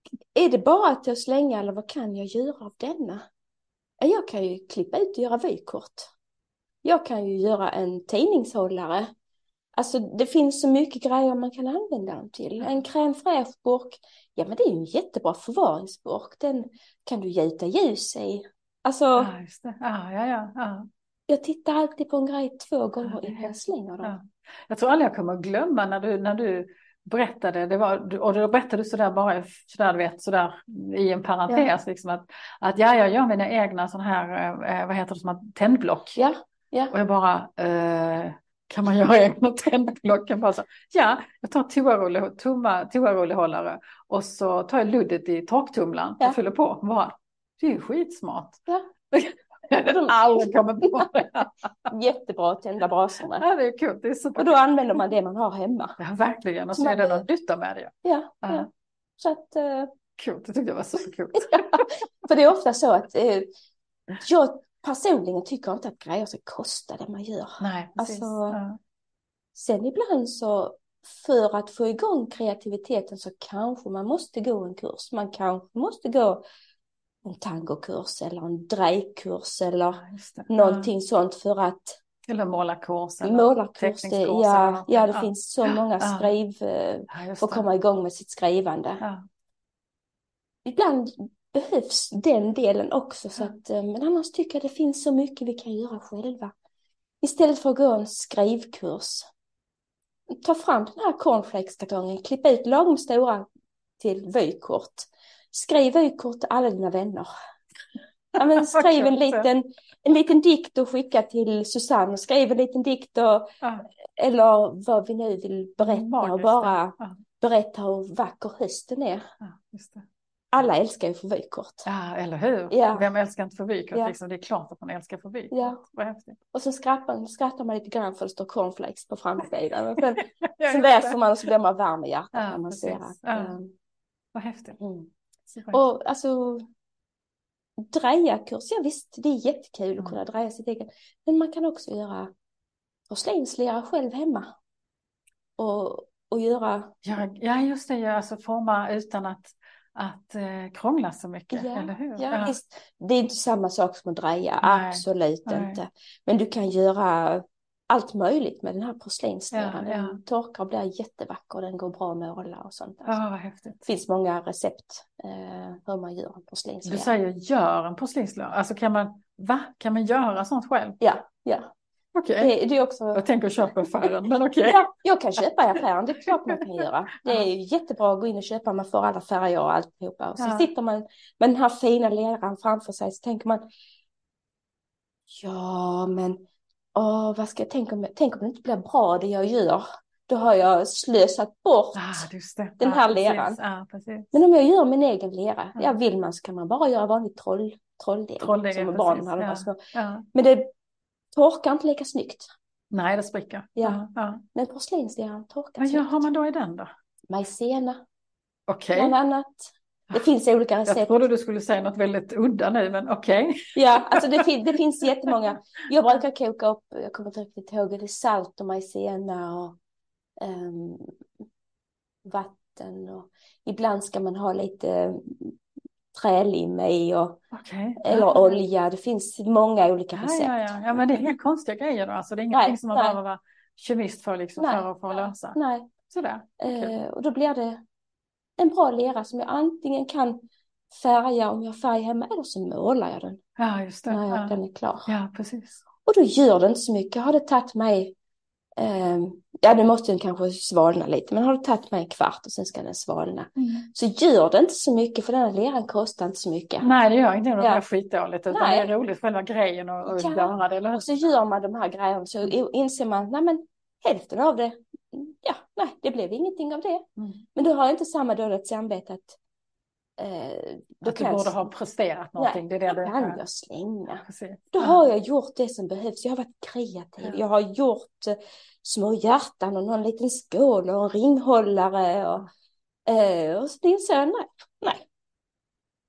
är det bara att slänga eller vad kan jag göra av denna? Jag kan ju klippa ut och göra vykort. Jag kan ju göra en tidningshållare. Alltså det finns så mycket grejer man kan använda den till. En crème fraîche-burk, ja men det är ju en jättebra förvaringsburk. Den kan du gjuta ljus i. Alltså, Ja, just det. Ja. jag tittar alltid på en grej 2 gånger innan jag slänger dem. Ja. Jag tror aldrig jag kommer att glömma när du berättade, och då berättade du sådär bara sådär, du vet, sådär i en parentes liksom att jag gör mina egna sån här, vad heter det, som att tändblock. Ja. Och jag bara, kan man göra egna tändblock? Jag bara så, jag tar toarullehållare och så tar jag luddet i torktumlaren och fyller på. Bara, det är ju skitsmart. Ja. Jag har aldrig kommit på det. Jättebra att tända brasorna. Ja, det är kul. Det är super. Och då använder man det man har hemma. Ja, verkligen. Och så är det någon nytta med det. Ja. Så att... Kul, det tyckte jag var så kul. För det är ofta så att jag personligen tycker inte att grejer ska kosta det man gör. Nej, precis. Alltså, sen ibland så för att få igång kreativiteten så kanske man måste gå en kurs. Man kanske måste gå en tangokurs eller en drejkurs eller någonting sånt för att... Eller målarkurs. Målarkurs, det finns så många för att komma igång med sitt skrivande. Ja. Ibland behövs den delen också. Så att, men annars tycker jag det finns så mycket vi kan göra själva. Istället för att gå en skrivkurs. Ta fram den här cornflakeskartongen. Klippa ut lagom stora till vykort. Skriv vykort till alla dina vänner. Ja, men skriv en liten dikt och skicka till Susanne. Skriv en liten dikt eller vad vi nu vill berätta. Och bara berätta hur vacker hösten är. Ja, just det. Alla älskar ju för vykort. Ja, eller hur? Ja. Vem älskar inte för vykort? Ja. Liksom, det är klart att man älskar för vykort. Ja. Vad häftigt. Och så skrattar man lite grann för det står cornflakes på framsidan. Så läser man och så blir man varm i hjärtat när man ser att... Vad häftigt. Och alltså... Drejarkurs, ja visst, det är jättekul att kunna dreja sitt eget. Men man kan också göra porslinslera själv hemma. Och göra... Ja, just det. Alltså forma utan att krångla så mycket, eller hur? Ja, visst. Det är inte samma sak som att dreja, absolut inte. Men du kan göra allt möjligt med den här porslinsleran. Den torkar och blir jättevacker, den går bra att måla och sånt. Alltså. Ja, vad häftigt. Det finns många recept hur man gör en porslinslera. Du säger gör en porslinslera. Alltså kan man göra sånt själv? Ja. Okej. Det är också... Jag tänker köpa affären, men okej. Ja, jag kan köpa i affären, det är klart man kan göra. Det är jättebra att gå in och köpa, man får alla färger och alltihopa. Och så sitter man med den här fina leran framför sig, så tänker man, vad ska jag tänka om? Tänk om det inte blir bra det jag gör. Då har jag slösat bort den här leran. Precis. Men om jag gör min egen lera, vill man så kan man bara göra vanlig trolldeg som barnen hade varit små. Men det torkar inte lika snyggt. Nej, det spricker. Ja. Men porslinsleran torkar Vad snyggt. har man då i den då? Majsena. Okej. Bland annat. Det finns olika recept. Jag trodde du skulle säga något väldigt udda nu, men okej. Ja, alltså det finns jättemånga. Jag brukar koka upp, jag kommer inte riktigt ihåg, det är salt och majsena och vatten. Och ibland ska man ha lite trälim i eller olja. Det finns många olika recept. Ja, men det är helt konstiga grejer då. Alltså det är ingenting som man behöver vara kemist för, liksom, för att lösa. Nej. Sådär. Och då blir det en bra lera som jag antingen kan färga om jag har färg hemma, eller så målar jag den. Ja, just det. När den är klar. Ja, precis. Och då gör det inte så mycket. Har det tagit mig nu måste den kanske svalna lite, men har det tagit mig en kvart och sen ska den svalna. Så gör det inte så mycket, för den här leran kostar inte så mycket. Nej, det gör inte, det blir skitdåligt, utan det är roligt själva grejen och göra det, eller hur? Och så gör man de här grejerna, så inser man, nej men hälften av det, det blev ingenting av det. Men då har jag inte samma dåligt samvete att du borde ha presterat någonting. Nej, det är det kan jag slänga. Precis. Då har jag gjort det som behövs. Jag har varit kreativ. Jag har gjort små hjärtan och någon liten skål och en ringhållare. Och så inser jag, nej.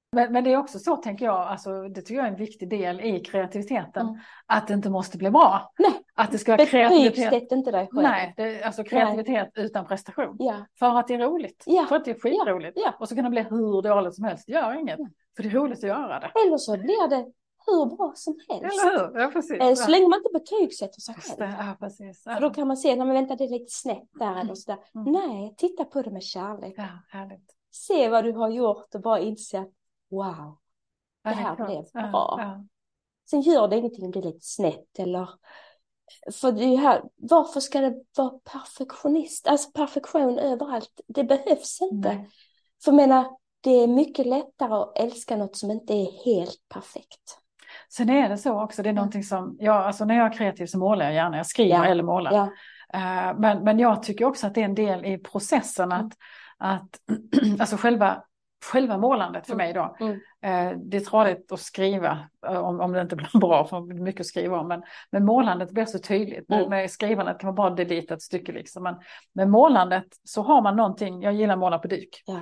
Men det är också så, tänker jag, alltså, det tycker jag är en viktig del i kreativiteten. Att det inte måste bli bra. Nej. Att det ska vara kreativitet. Betygsätt inte dig själv. Nej, alltså kreativitet utan prestation. Ja. För att det är roligt. Ja. För att det är skitroligt. Ja. Och så kan det bli hur dåligt som helst. Gör inget. För det är roligt att göra det. Eller så blir det hur bra som helst. Eller hur? Ja, precis. Så länge man inte betygsätter sig själv. Ja, precis. Ja. För då kan man se, men vänta, det är lite snett där eller sådär. Nej, titta på det med kärlek. Ja, härligt. Se vad du har gjort och bara inse att wow, det här blev bra. Ja. Sen gör det ingenting om det är lite snett eller... För det här, varför ska det vara perfektionist? Alltså perfektion överallt. Det behövs inte. För jag menar, det är mycket lättare att älska något som inte är helt perfekt. Sen är det så också, det är någonting som, alltså när jag är kreativ så målar jag gärna, jag skriver eller målar. Ja. Men jag tycker också att det är en del i processen att alltså själva målandet för mig då. Det är tradigt att skriva om det inte blir bra, för det är mycket att skriva om. Men målandet blir så tydligt. Med skrivandet kan man bara delita ett stycke liksom. Men med målandet så har man någonting, jag gillar att måla på duk. Ja.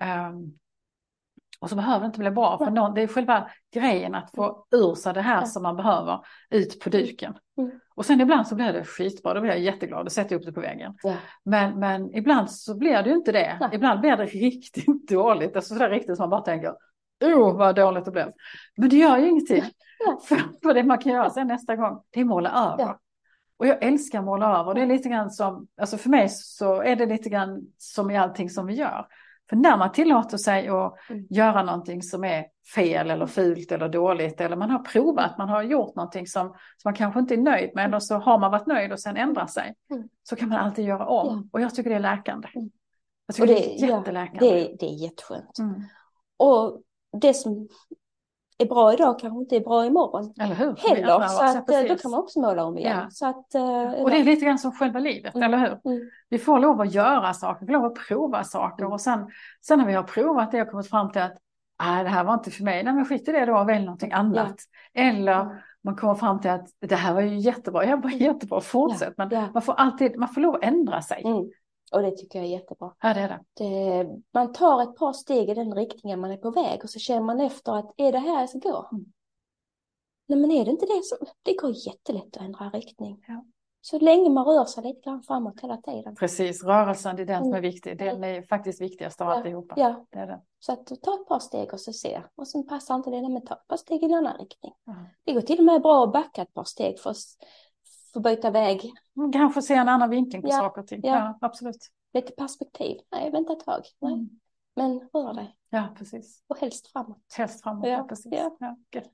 Och så behöver det inte bli bra. För det är själva grejen att få ur sig det här som man behöver ut på duken. Och sen ibland så blir det skitbra. Då blir jag jätteglad och sätter upp det på väggen. Ja. Men ibland så blir det ju inte det. Nej. Ibland blir det riktigt dåligt. Alltså sådär riktigt som man bara tänker, vad dåligt det blev. Men det gör ju ingenting. För det man kan göra sen nästa gång, det är måla över. Ja. Och jag älskar att måla över. Det är lite grann som, alltså för mig så är det lite grann som i allting som vi gör. För när man tillåter sig att göra någonting som är fel eller fult eller dåligt, eller man har provat, man har gjort någonting som man kanske inte är nöjd med, eller så har man varit nöjd och sen ändrar sig, så kan man alltid göra om. Ja. Och jag tycker det är läkande. Jag tycker det är jätteläkande. Det är jätteskönt. Och det som är bra idag kanske inte är bra imorgon. Eller hur? Heller, så att då kan man också måla om igen. Ja. Så att, och det är lite grann som själva livet, eller hur? Vi får lov att göra saker, vi får lov att prova saker. Och sen när vi har provat det och kommit fram till att det här var inte för mig. Nej, men skit i det då, välj någonting annat. Ja. Eller man kommer fram till att det här var ju jättebra, jag var jättebra, fortsätt. Men man får lov att ändra sig. Och det tycker jag är jättebra. Ja, det är det. Man tar ett par steg i den riktningen man är på väg. Och så känner man efter att, är det här jag ska gå? Nej, men är det inte det så? Det går jättelätt att ändra riktning. Ja. Så länge man rör sig lite grann framåt hela tiden. Precis, rörelsen är den som är viktig. Den är faktiskt viktigast av alltihopa. Ja. Det är det. Så att ta ett par steg och så se. Och sen passar inte det, men ta ett par steg i en annan riktning. Det går till och med bra att backa ett par steg för att byta väg. Kanske se en annan vinkling på saker och ting. Ja, absolut. Lite perspektiv. Nej, vänta ett tag. Nej. Men rör dig. Ja, precis. Och helst framåt. Helst framåt, ja precis. Ja, gött.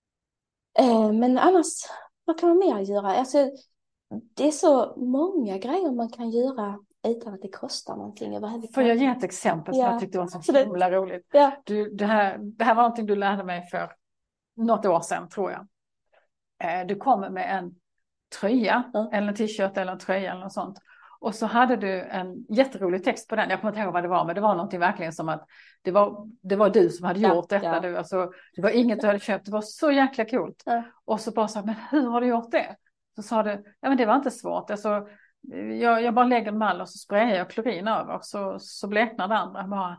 Men annars, vad kan man mer göra? Alltså, det är så många grejer man kan göra utan att det kostar någonting. Får jag ge ett exempel som jag tyckte var så himla roligt? Ja. Det här var någonting du lärde mig för något år sedan, tror jag. Du kommer med en tröja, eller en t-shirt eller en tröja eller något sånt. Och så hade du en jätterolig text på den. Jag kommer inte ihåg vad det var, men det var någonting verkligen som att det var du som hade gjort detta. Ja. Det var inget du hade köpt, det var så jäkla coolt. Ja. Och så bara så, men hur har du gjort det? Så sa du, men det var inte svårt. Alltså, jag bara lägger en mall och så sprayar jag klorin över. Så bleknar det andra. Bara,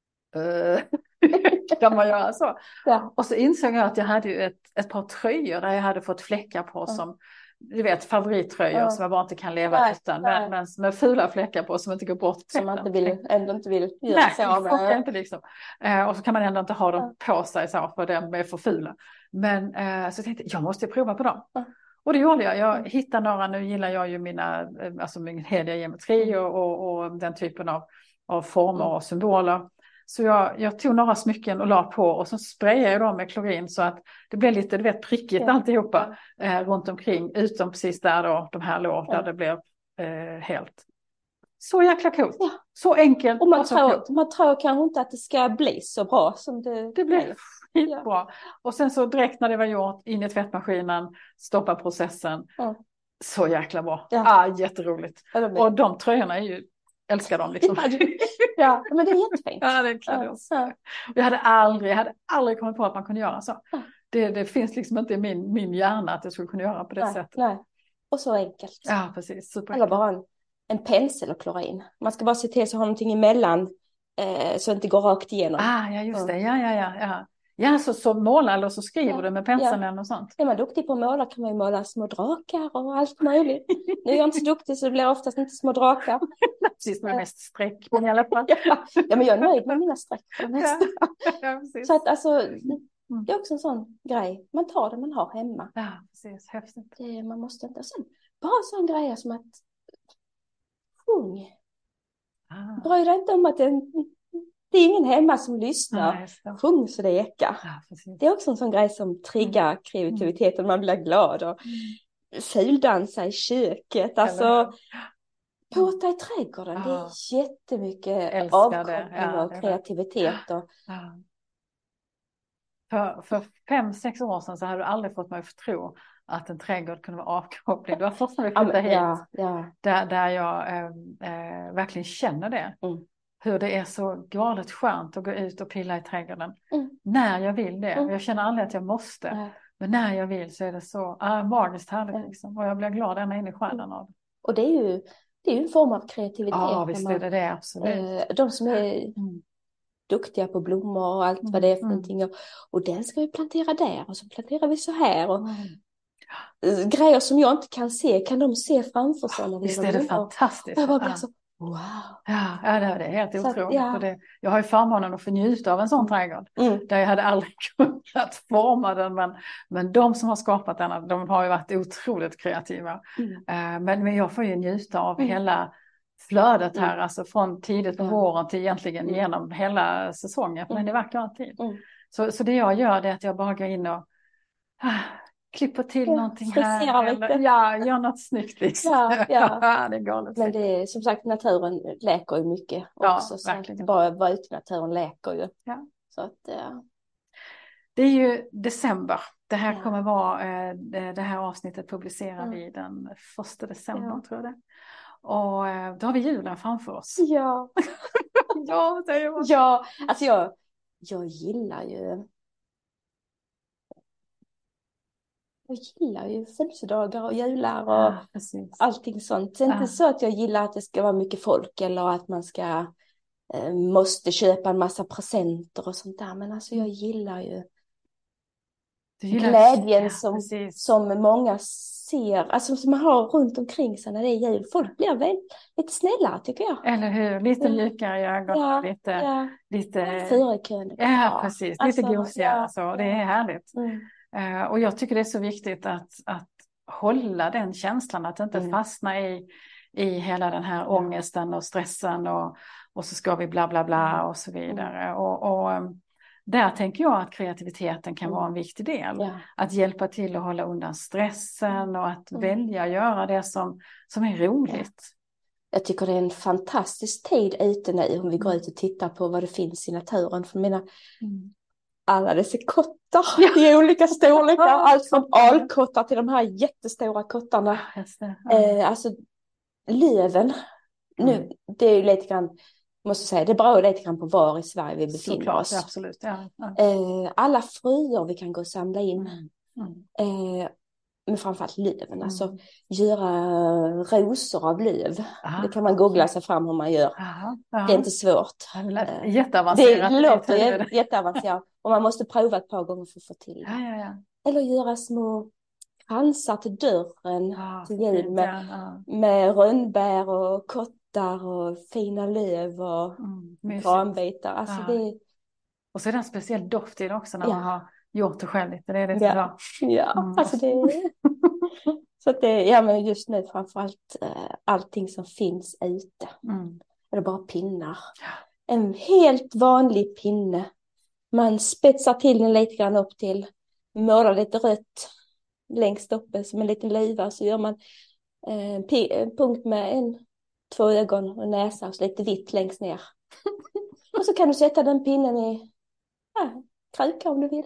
kan man göra så? Ja. Och så insåg jag att jag hade ju ett par tröjor där jag hade fått fläckar på som, du vet, favorittröjor som jag bara inte kan leva utan. Men med fula fläckar på som inte går bort. Som man ändå inte vill göra sig av med. Nej, inte liksom. Och så kan man ändå inte ha dem på sig så, för de är för fula. Men så jag tänkte jag måste prova på dem. Och det gjorde jag. Jag hittade några, nu gillar jag ju min heliga geometri och den typen av former och symboler. Så jag tog några smycken och la på och så sprayade jag dem med klorin så att det blev lite, du vet, prickigt alltihopa runt omkring. Utom precis där då, de här låg där det blev helt. Så jäkla coolt. Ja. Så enkelt. Och man tror kanske inte att det ska bli så bra som det blev. Skitbra. Ja. Och sen så direkt när det var gjort, in i tvättmaskinen, stoppa processen. Så jäkla bra. Ja. Jätteroligt. Och de tröjorna är ju, älskar dem liksom. Ja, men det är jättefint. Ja, det är klart. Ja. Jag hade aldrig kommit på att man kunde göra så. Ja. Det finns liksom inte i min hjärna att jag skulle kunna göra på det sättet. Nej. Och så enkelt. Ja, precis. Eller bara en pensel och klorin. Man ska bara se till så ha någonting emellan så det inte går rakt igenom. Ja, just det. Ja. Ja, så målar eller så skriver du med penseln och sånt. Är man duktig på att måla kan man ju måla små drakar och allt möjligt. Nu är jag inte så duktig så det blir oftast inte små drakar. Precis, med mest streck i alla fall. Ja, men jag är nöjd med mina streck för det mesta. Ja, precis. Så att alltså, det är också en sån grej. Man tar det man har hemma. Ja, precis. Häftigt. Man måste inte. Och sen bara en sån grej som att sjung. Bry dig inte om att det är ingen hemma som lyssnar. Sjung så det ekar. Ja, det är också en sån grej som triggar kreativiteten. Man blir glad och fuldansa i köket. Alltså, påta i trädgården. Det är jättemycket avkoppling och kreativitet. Och... För 5-6 år sedan så hade du aldrig fått mig att tro att en trädgård kunde vara avkoppling. Det var först när vi flyttade hit. Där jag verkligen känner det. Hur det är så galet skönt att gå ut och pilla i trädgården. När jag vill det. Jag känner aldrig att jag måste. Men när jag vill så är det så magiskt härligt. Liksom. Och jag blir glad ända in i själen av det. Och det är ju en form av kreativitet. Ja, visst är det absolut. De som är duktiga på blommor och allt vad det är för någonting. Och den ska vi plantera där. Och så planterar vi så här. Och grejer som jag inte kan se. Kan de se framför sig? Visst är det fantastiskt. Jag bara blir så... Wow. Ja, det är helt otroligt. Jag har ju förmånen att få njuta av en sån trädgård. Där jag hade aldrig kunnat forma den. Men de som har skapat den, de har ju varit otroligt kreativa. Men jag får ju njuta av hela flödet här. Alltså från tidigt på våren till egentligen genom hela säsongen. För den är vacker alltid. Så det jag gör är att jag bara går in och... klippa till någonting här. Eller, gör något snyggt liksom. Det är galet. Men det är som sagt, naturen leker ju mycket också. Så verkligen. Bara vara ute i naturen leker ju. Ja. Så att, det är ju december. Det här kommer vara, det här avsnittet publicerar vi den 1 december tror jag det. Och då har vi julen framför oss. Ja. Ja, alltså jag gillar ju... Jag gillar ju födelsedagar och jular och allting sånt. Det är inte så att jag gillar att det ska vara mycket folk eller att man ska måste köpa en massa presenter och sånt där. Men alltså jag gillar ju glädjen som många ser, alltså som man har runt omkring sig när det är jul. Folk blir väl lite snällare tycker jag. Eller hur? Lite mjukare i ögonen. Lite förekrönet. Ja, precis. Lite gosigare. Så det är härligt. Och jag tycker det är så viktigt att hålla den känslan, att inte fastna i hela den här ångesten och stressen och så ska vi bla bla bla och så vidare. Och där tänker jag att kreativiteten kan vara en viktig del. Att hjälpa till att hålla undan stressen och att välja göra det som är roligt. Jag tycker det är en fantastisk tid ute nu om vi går ut och tittar på vad det finns i naturen. För mina alla dessa kottar i olika storlekar. Allt från alkottar till de här jättestora kottarna. Alltså löven. Nu, det är ju lite grann, måste säga, det beror lite grann på var i Sverige vi befinner oss. Absolut, alla fröer vi kan gå och samla in. Men framförallt löven. Alltså göra rosor av löv. Det kan man googla sig fram hur man gör. Det är inte svårt. Jätteavancerat. Det låter jätteavancerat. Och man måste prova ett par gånger för att få till det. Eller göra små kransar till dörren till jul med rönnbär och kottar och fina löv och granbitar. Alltså och så är det en speciell doft i det också när man har gjort det själv lite. Det är det så bra. Alltså det så att det, men just nu framförallt allting som finns ute. Eller bara pinnar. En helt vanlig pinne. Man spetsar till den lite grann upp till. Målar lite rött längst uppe som en liten luva. Så gör man en punkt med 2 ögon och näsa och så lite vitt längst ner. Och så kan du sätta den pinnen i kruka om du vill.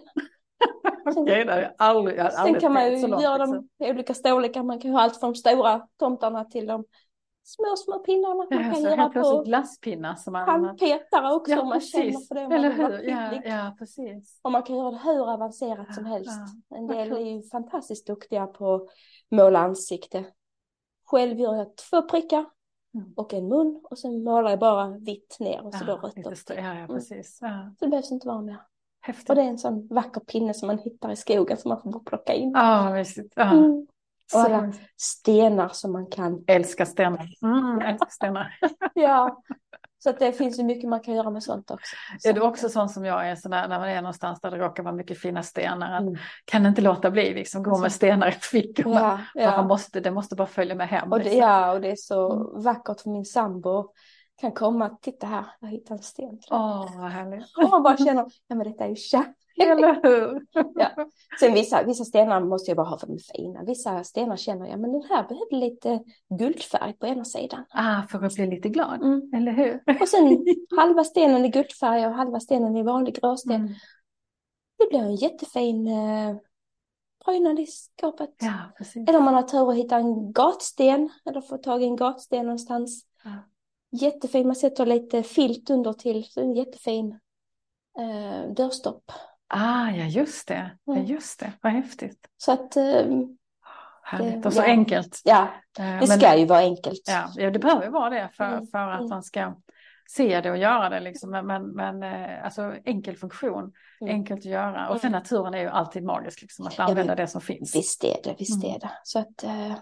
Sen kan man ju göra dem i olika storlekar. Man kan ha allt från de stora tomtarna till de små pinnarna. Man kan göra på glasspinnar som man handpetare också om man känner för det. Eller hur? Precis. Och man kan göra det hur avancerat som helst. En del är ju fantastiskt duktiga på måla ansikte. Själv gör jag 2 prickar och en mun. Och sen målar jag bara vitt ner och så då rött. Ja, precis. Ja. Så det behövs inte vara mer. Häftigt. Och det är en sån vacker pinne som man hittar i skogen som man får bara plocka in. Ja, visst. Ja. Och alla stenar som man kan. Älskar stenar. Älskar stenar. Ja. Så att det finns ju mycket man kan göra med sånt också. Är du också sån som jag är, så när man är någonstans där det råkar vara mycket fina stenar, kan inte låta bli liksom, gå med stenar i fickorna. Ja. Det måste bara följa med hem. Och det, liksom. och det är så vackert för min sambo kan komma, titta här, jag hittar en sten. Vad härligt. Och man bara känner, men detta är ju kärlek. Eller hur? Ja. Sen vissa stenar måste jag bara ha för de är fina. Vissa stenar känner jag, men den här behöver lite guldfärg på ena sidan. För att bli lite glad, eller hur? Och sen halva stenen i guldfärg och halva stenen i vanlig gråsten. Det blir en jättefin prydnad i skåpet. Ja, precis. Eller om man har tur att hitta en gatsten, eller få tag i en gatsten någonstans. Ja. Jättefin, man sätter lite filt under till, så en jättefin dörrstopp. Ja, just det. Ja, just det. Vad häftigt. Så att... härligt. Och så enkelt. Ja, det ska ju vara enkelt. Ja, det behöver vara det för att man ska se det och göra det. Liksom. Men alltså enkel funktion, enkelt att göra. Och sen naturen är ju alltid magisk, liksom, att använda det som finns. Visst är det. Så att,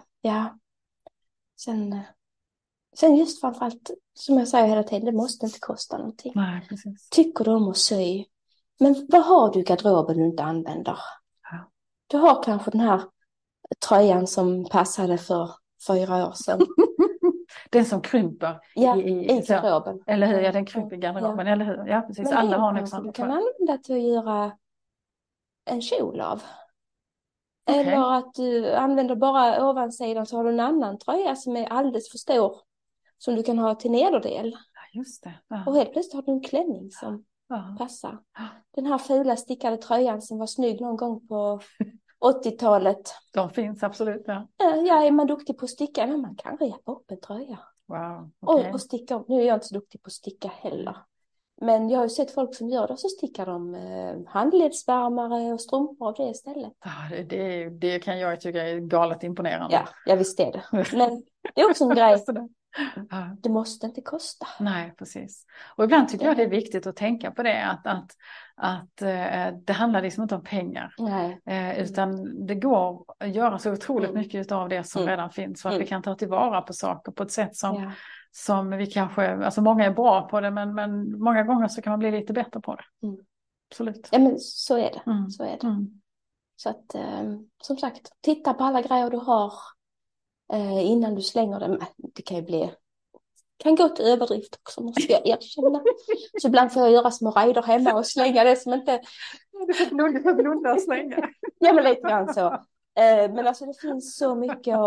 Sen just framförallt, som jag säger hela tiden, det måste inte kosta någonting. Nej, precis. Tycker du om att sy? Men vad har du i garderoben du inte använder? Ja. Du har kanske den här tröjan som passade för 4 år sedan. Den som krymper i garderoben. Eller hur? Ja, den krymper i garderoben, eller hur? Ja, precis. Men alla har nog sånt. Du kan använda till att göra en kjol av. Okay. Eller att du använder bara ovansidan, så har du en annan tröja som är alldeles för stor. Som du kan ha till nederdel. Ja, just det. Ja. Och helt plötsligt har du en klänning som passar. Den här fula stickade tröjan som var snygg någon gång på 80-talet. De finns absolut, ja. Ja, är man duktig på att sticka? Men man kan repa upp en tröja. Wow, okay. Och sticka. Nu är jag inte så duktig på att sticka heller. Men jag har ju sett folk som gör det, så stickar de handledsvärmare och strumpor av det istället. Ja, det kan jag tycka är galet imponerande. Ja, visst är det. Men det är också en grej. Det måste inte kosta. Nej, precis. Och ibland tycker jag det är viktigt att tänka på det. Att det handlar liksom inte om pengar. Nej. Utan det går att göra så otroligt mycket av det som redan finns. Så att vi kan ta tillvara på saker på ett sätt som vi kanske... Alltså många är bra på det, men många gånger så kan man bli lite bättre på det. Absolut. Ja, men så är det. Så är det. Så att, som sagt, titta på alla grejer du har innan du slänger dem. Det kan ju kan gå till överdrift också, måste jag erkänna. Så ibland får jag göra små raider hemma och slänga det som inte... Du får blunda och slänga. Ja, men lite grann så. Men alltså det finns så mycket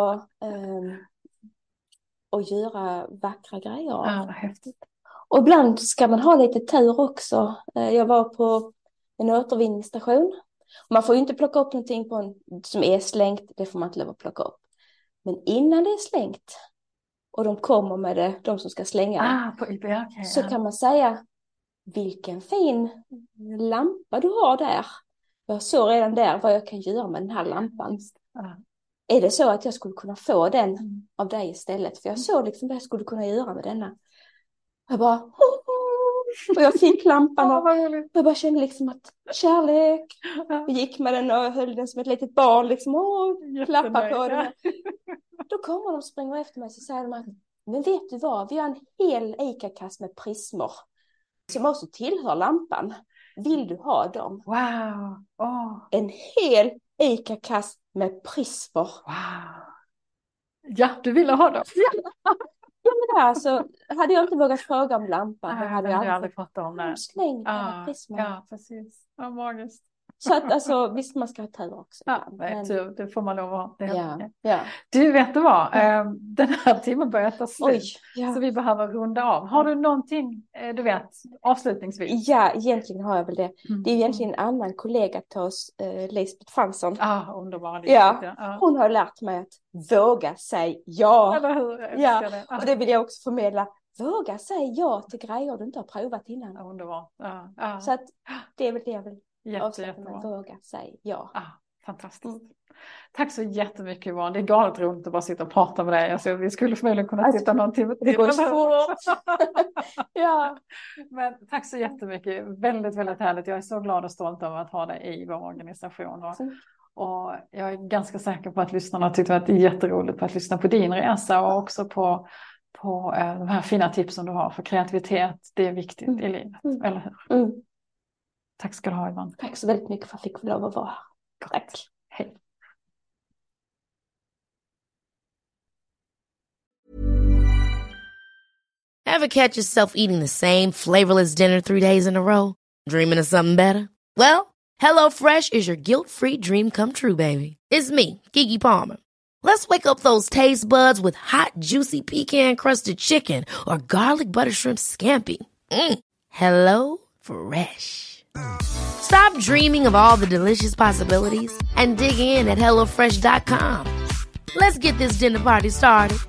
att göra vackra grejer av. Ja, vad häftigt. Och ibland ska man ha lite tur också. Jag var på en återvinningsstation. Man får ju inte plocka upp någonting som är slängt. Det får man inte lov att plocka upp. Men innan det är slängt och de kommer med det, de som ska slänga det, så kan man säga, vilken fin lampa du har där. Jag såg redan där vad jag kan göra med den här lampan. Är det så att jag skulle kunna få den av dig istället? För jag såg liksom vad jag skulle kunna göra med denna. Jag bara... Och jag fick lampan och jag bara kände liksom att kärlek. Jag gick med den och höll den som ett litet barn liksom, klappa på den. Då kommer de och springer efter mig och säger de att, men vet du vad, vi har en hel ICA-kass med prismor som också tillhör lampan. Vill du ha dem? Wow. En hel ICA-kass med prismor. Wow. Ja, du ville ha dem. Ja, men alltså, hade jag inte vågat fråga om lampan, då hade jag aldrig fått om det. Släng prismor. Ja, precis. Ja, magiskt. Så att alltså, visst man ska ha tur också. Tur, det får man lov att ha. Ja. Du, vet du vad? Den här timmen börjar ta slut. Så vi behöver runda av. Har du någonting, du vet, avslutningsvis? Ja, egentligen har jag väl det. Det är egentligen en annan kollega till oss, Lisbeth Fransson. Underbar. Hon har lärt mig att våga säga ja. Eller hur? Och det vill jag också förmedla. Våga säga ja till grejer du inte har provat innan. Underbart. Så att det är väl det jag vill. Jättebra. Våga säga ja. Fantastiskt. Tack så jättemycket Yvonne. Det är galet roligt att bara sitta och prata med dig. Alltså, vi skulle förmodligen kunna sitta någon timme till. Det går fort. Ja. Men tack så jättemycket. Väldigt, väldigt härligt. Jag är så glad och stolt över att ha dig i vår organisation. Och jag är ganska säker på att lyssnarna tyckte att det är jätteroligt att lyssna på din resa och också på de här fina tipsen du har. För kreativitet, det är viktigt i livet, eller hur? Mm. Tack ska du ha Yvonne. Tack så väldigt mycket för att jag fick lov att vara här. Tack. Hej. Ever catch yourself eating the same flavorless dinner 3 days in a row? Dreaming of something better? Well, HelloFresh is your guilt-free dream come true, baby. It's me, Keke Palmer. Let's wake up those taste buds with hot, juicy pecan-crusted chicken or garlic butter shrimp scampi. Hello Fresh. Stop dreaming of all the delicious possibilities and dig in at HelloFresh.com. Let's get this dinner party started.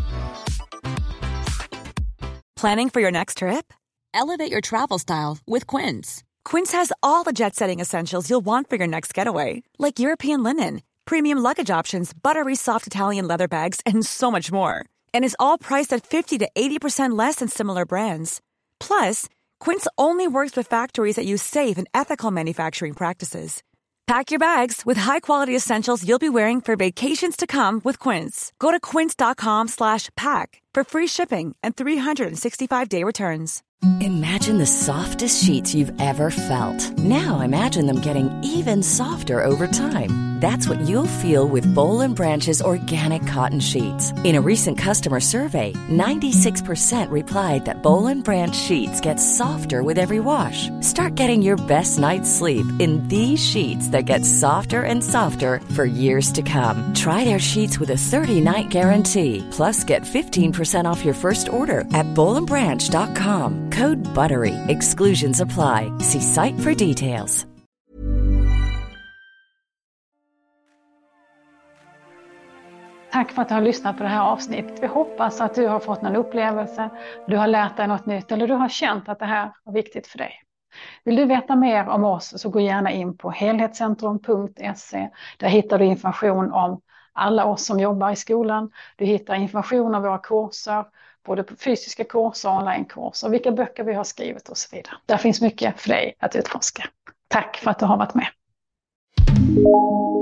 Planning for your next trip? Elevate your travel style with Quince. Quince has all the jet-setting essentials you'll want for your next getaway, like European linen, premium luggage options, buttery soft Italian leather bags, and so much more. And is all priced at 50 to 80% less than similar brands. Plus, Quince only works with factories that use safe and ethical manufacturing practices. Pack your bags with high-quality essentials you'll be wearing for vacations to come with Quince. Go to quince.com/pack for free shipping and 365-day returns. Imagine the softest sheets you've ever felt. Now imagine them getting even softer over time. That's what you'll feel with Boll & Branch's organic cotton sheets. In a recent customer survey, 96% replied that Boll & Branch sheets get softer with every wash. Start getting your best night's sleep in these sheets that get softer and softer for years to come. Try their sheets with a 30-night guarantee. Plus, get 15% off your first order at bollandbranch.com. Code BUTTERY. Exclusions apply. See site for details. Tack för att du har lyssnat på det här avsnittet. Vi hoppas att du har fått någon upplevelse, du har lärt dig något nytt eller du har känt att det här är viktigt för dig. Vill du veta mer om oss så gå gärna in på helhetscentrum.se. Där hittar du information om alla oss som jobbar i skolan. Du hittar information om våra kurser, både fysiska kurser och onlinekurser, vilka böcker vi har skrivit och så vidare. Där finns mycket för dig att utforska. Tack för att du har varit med.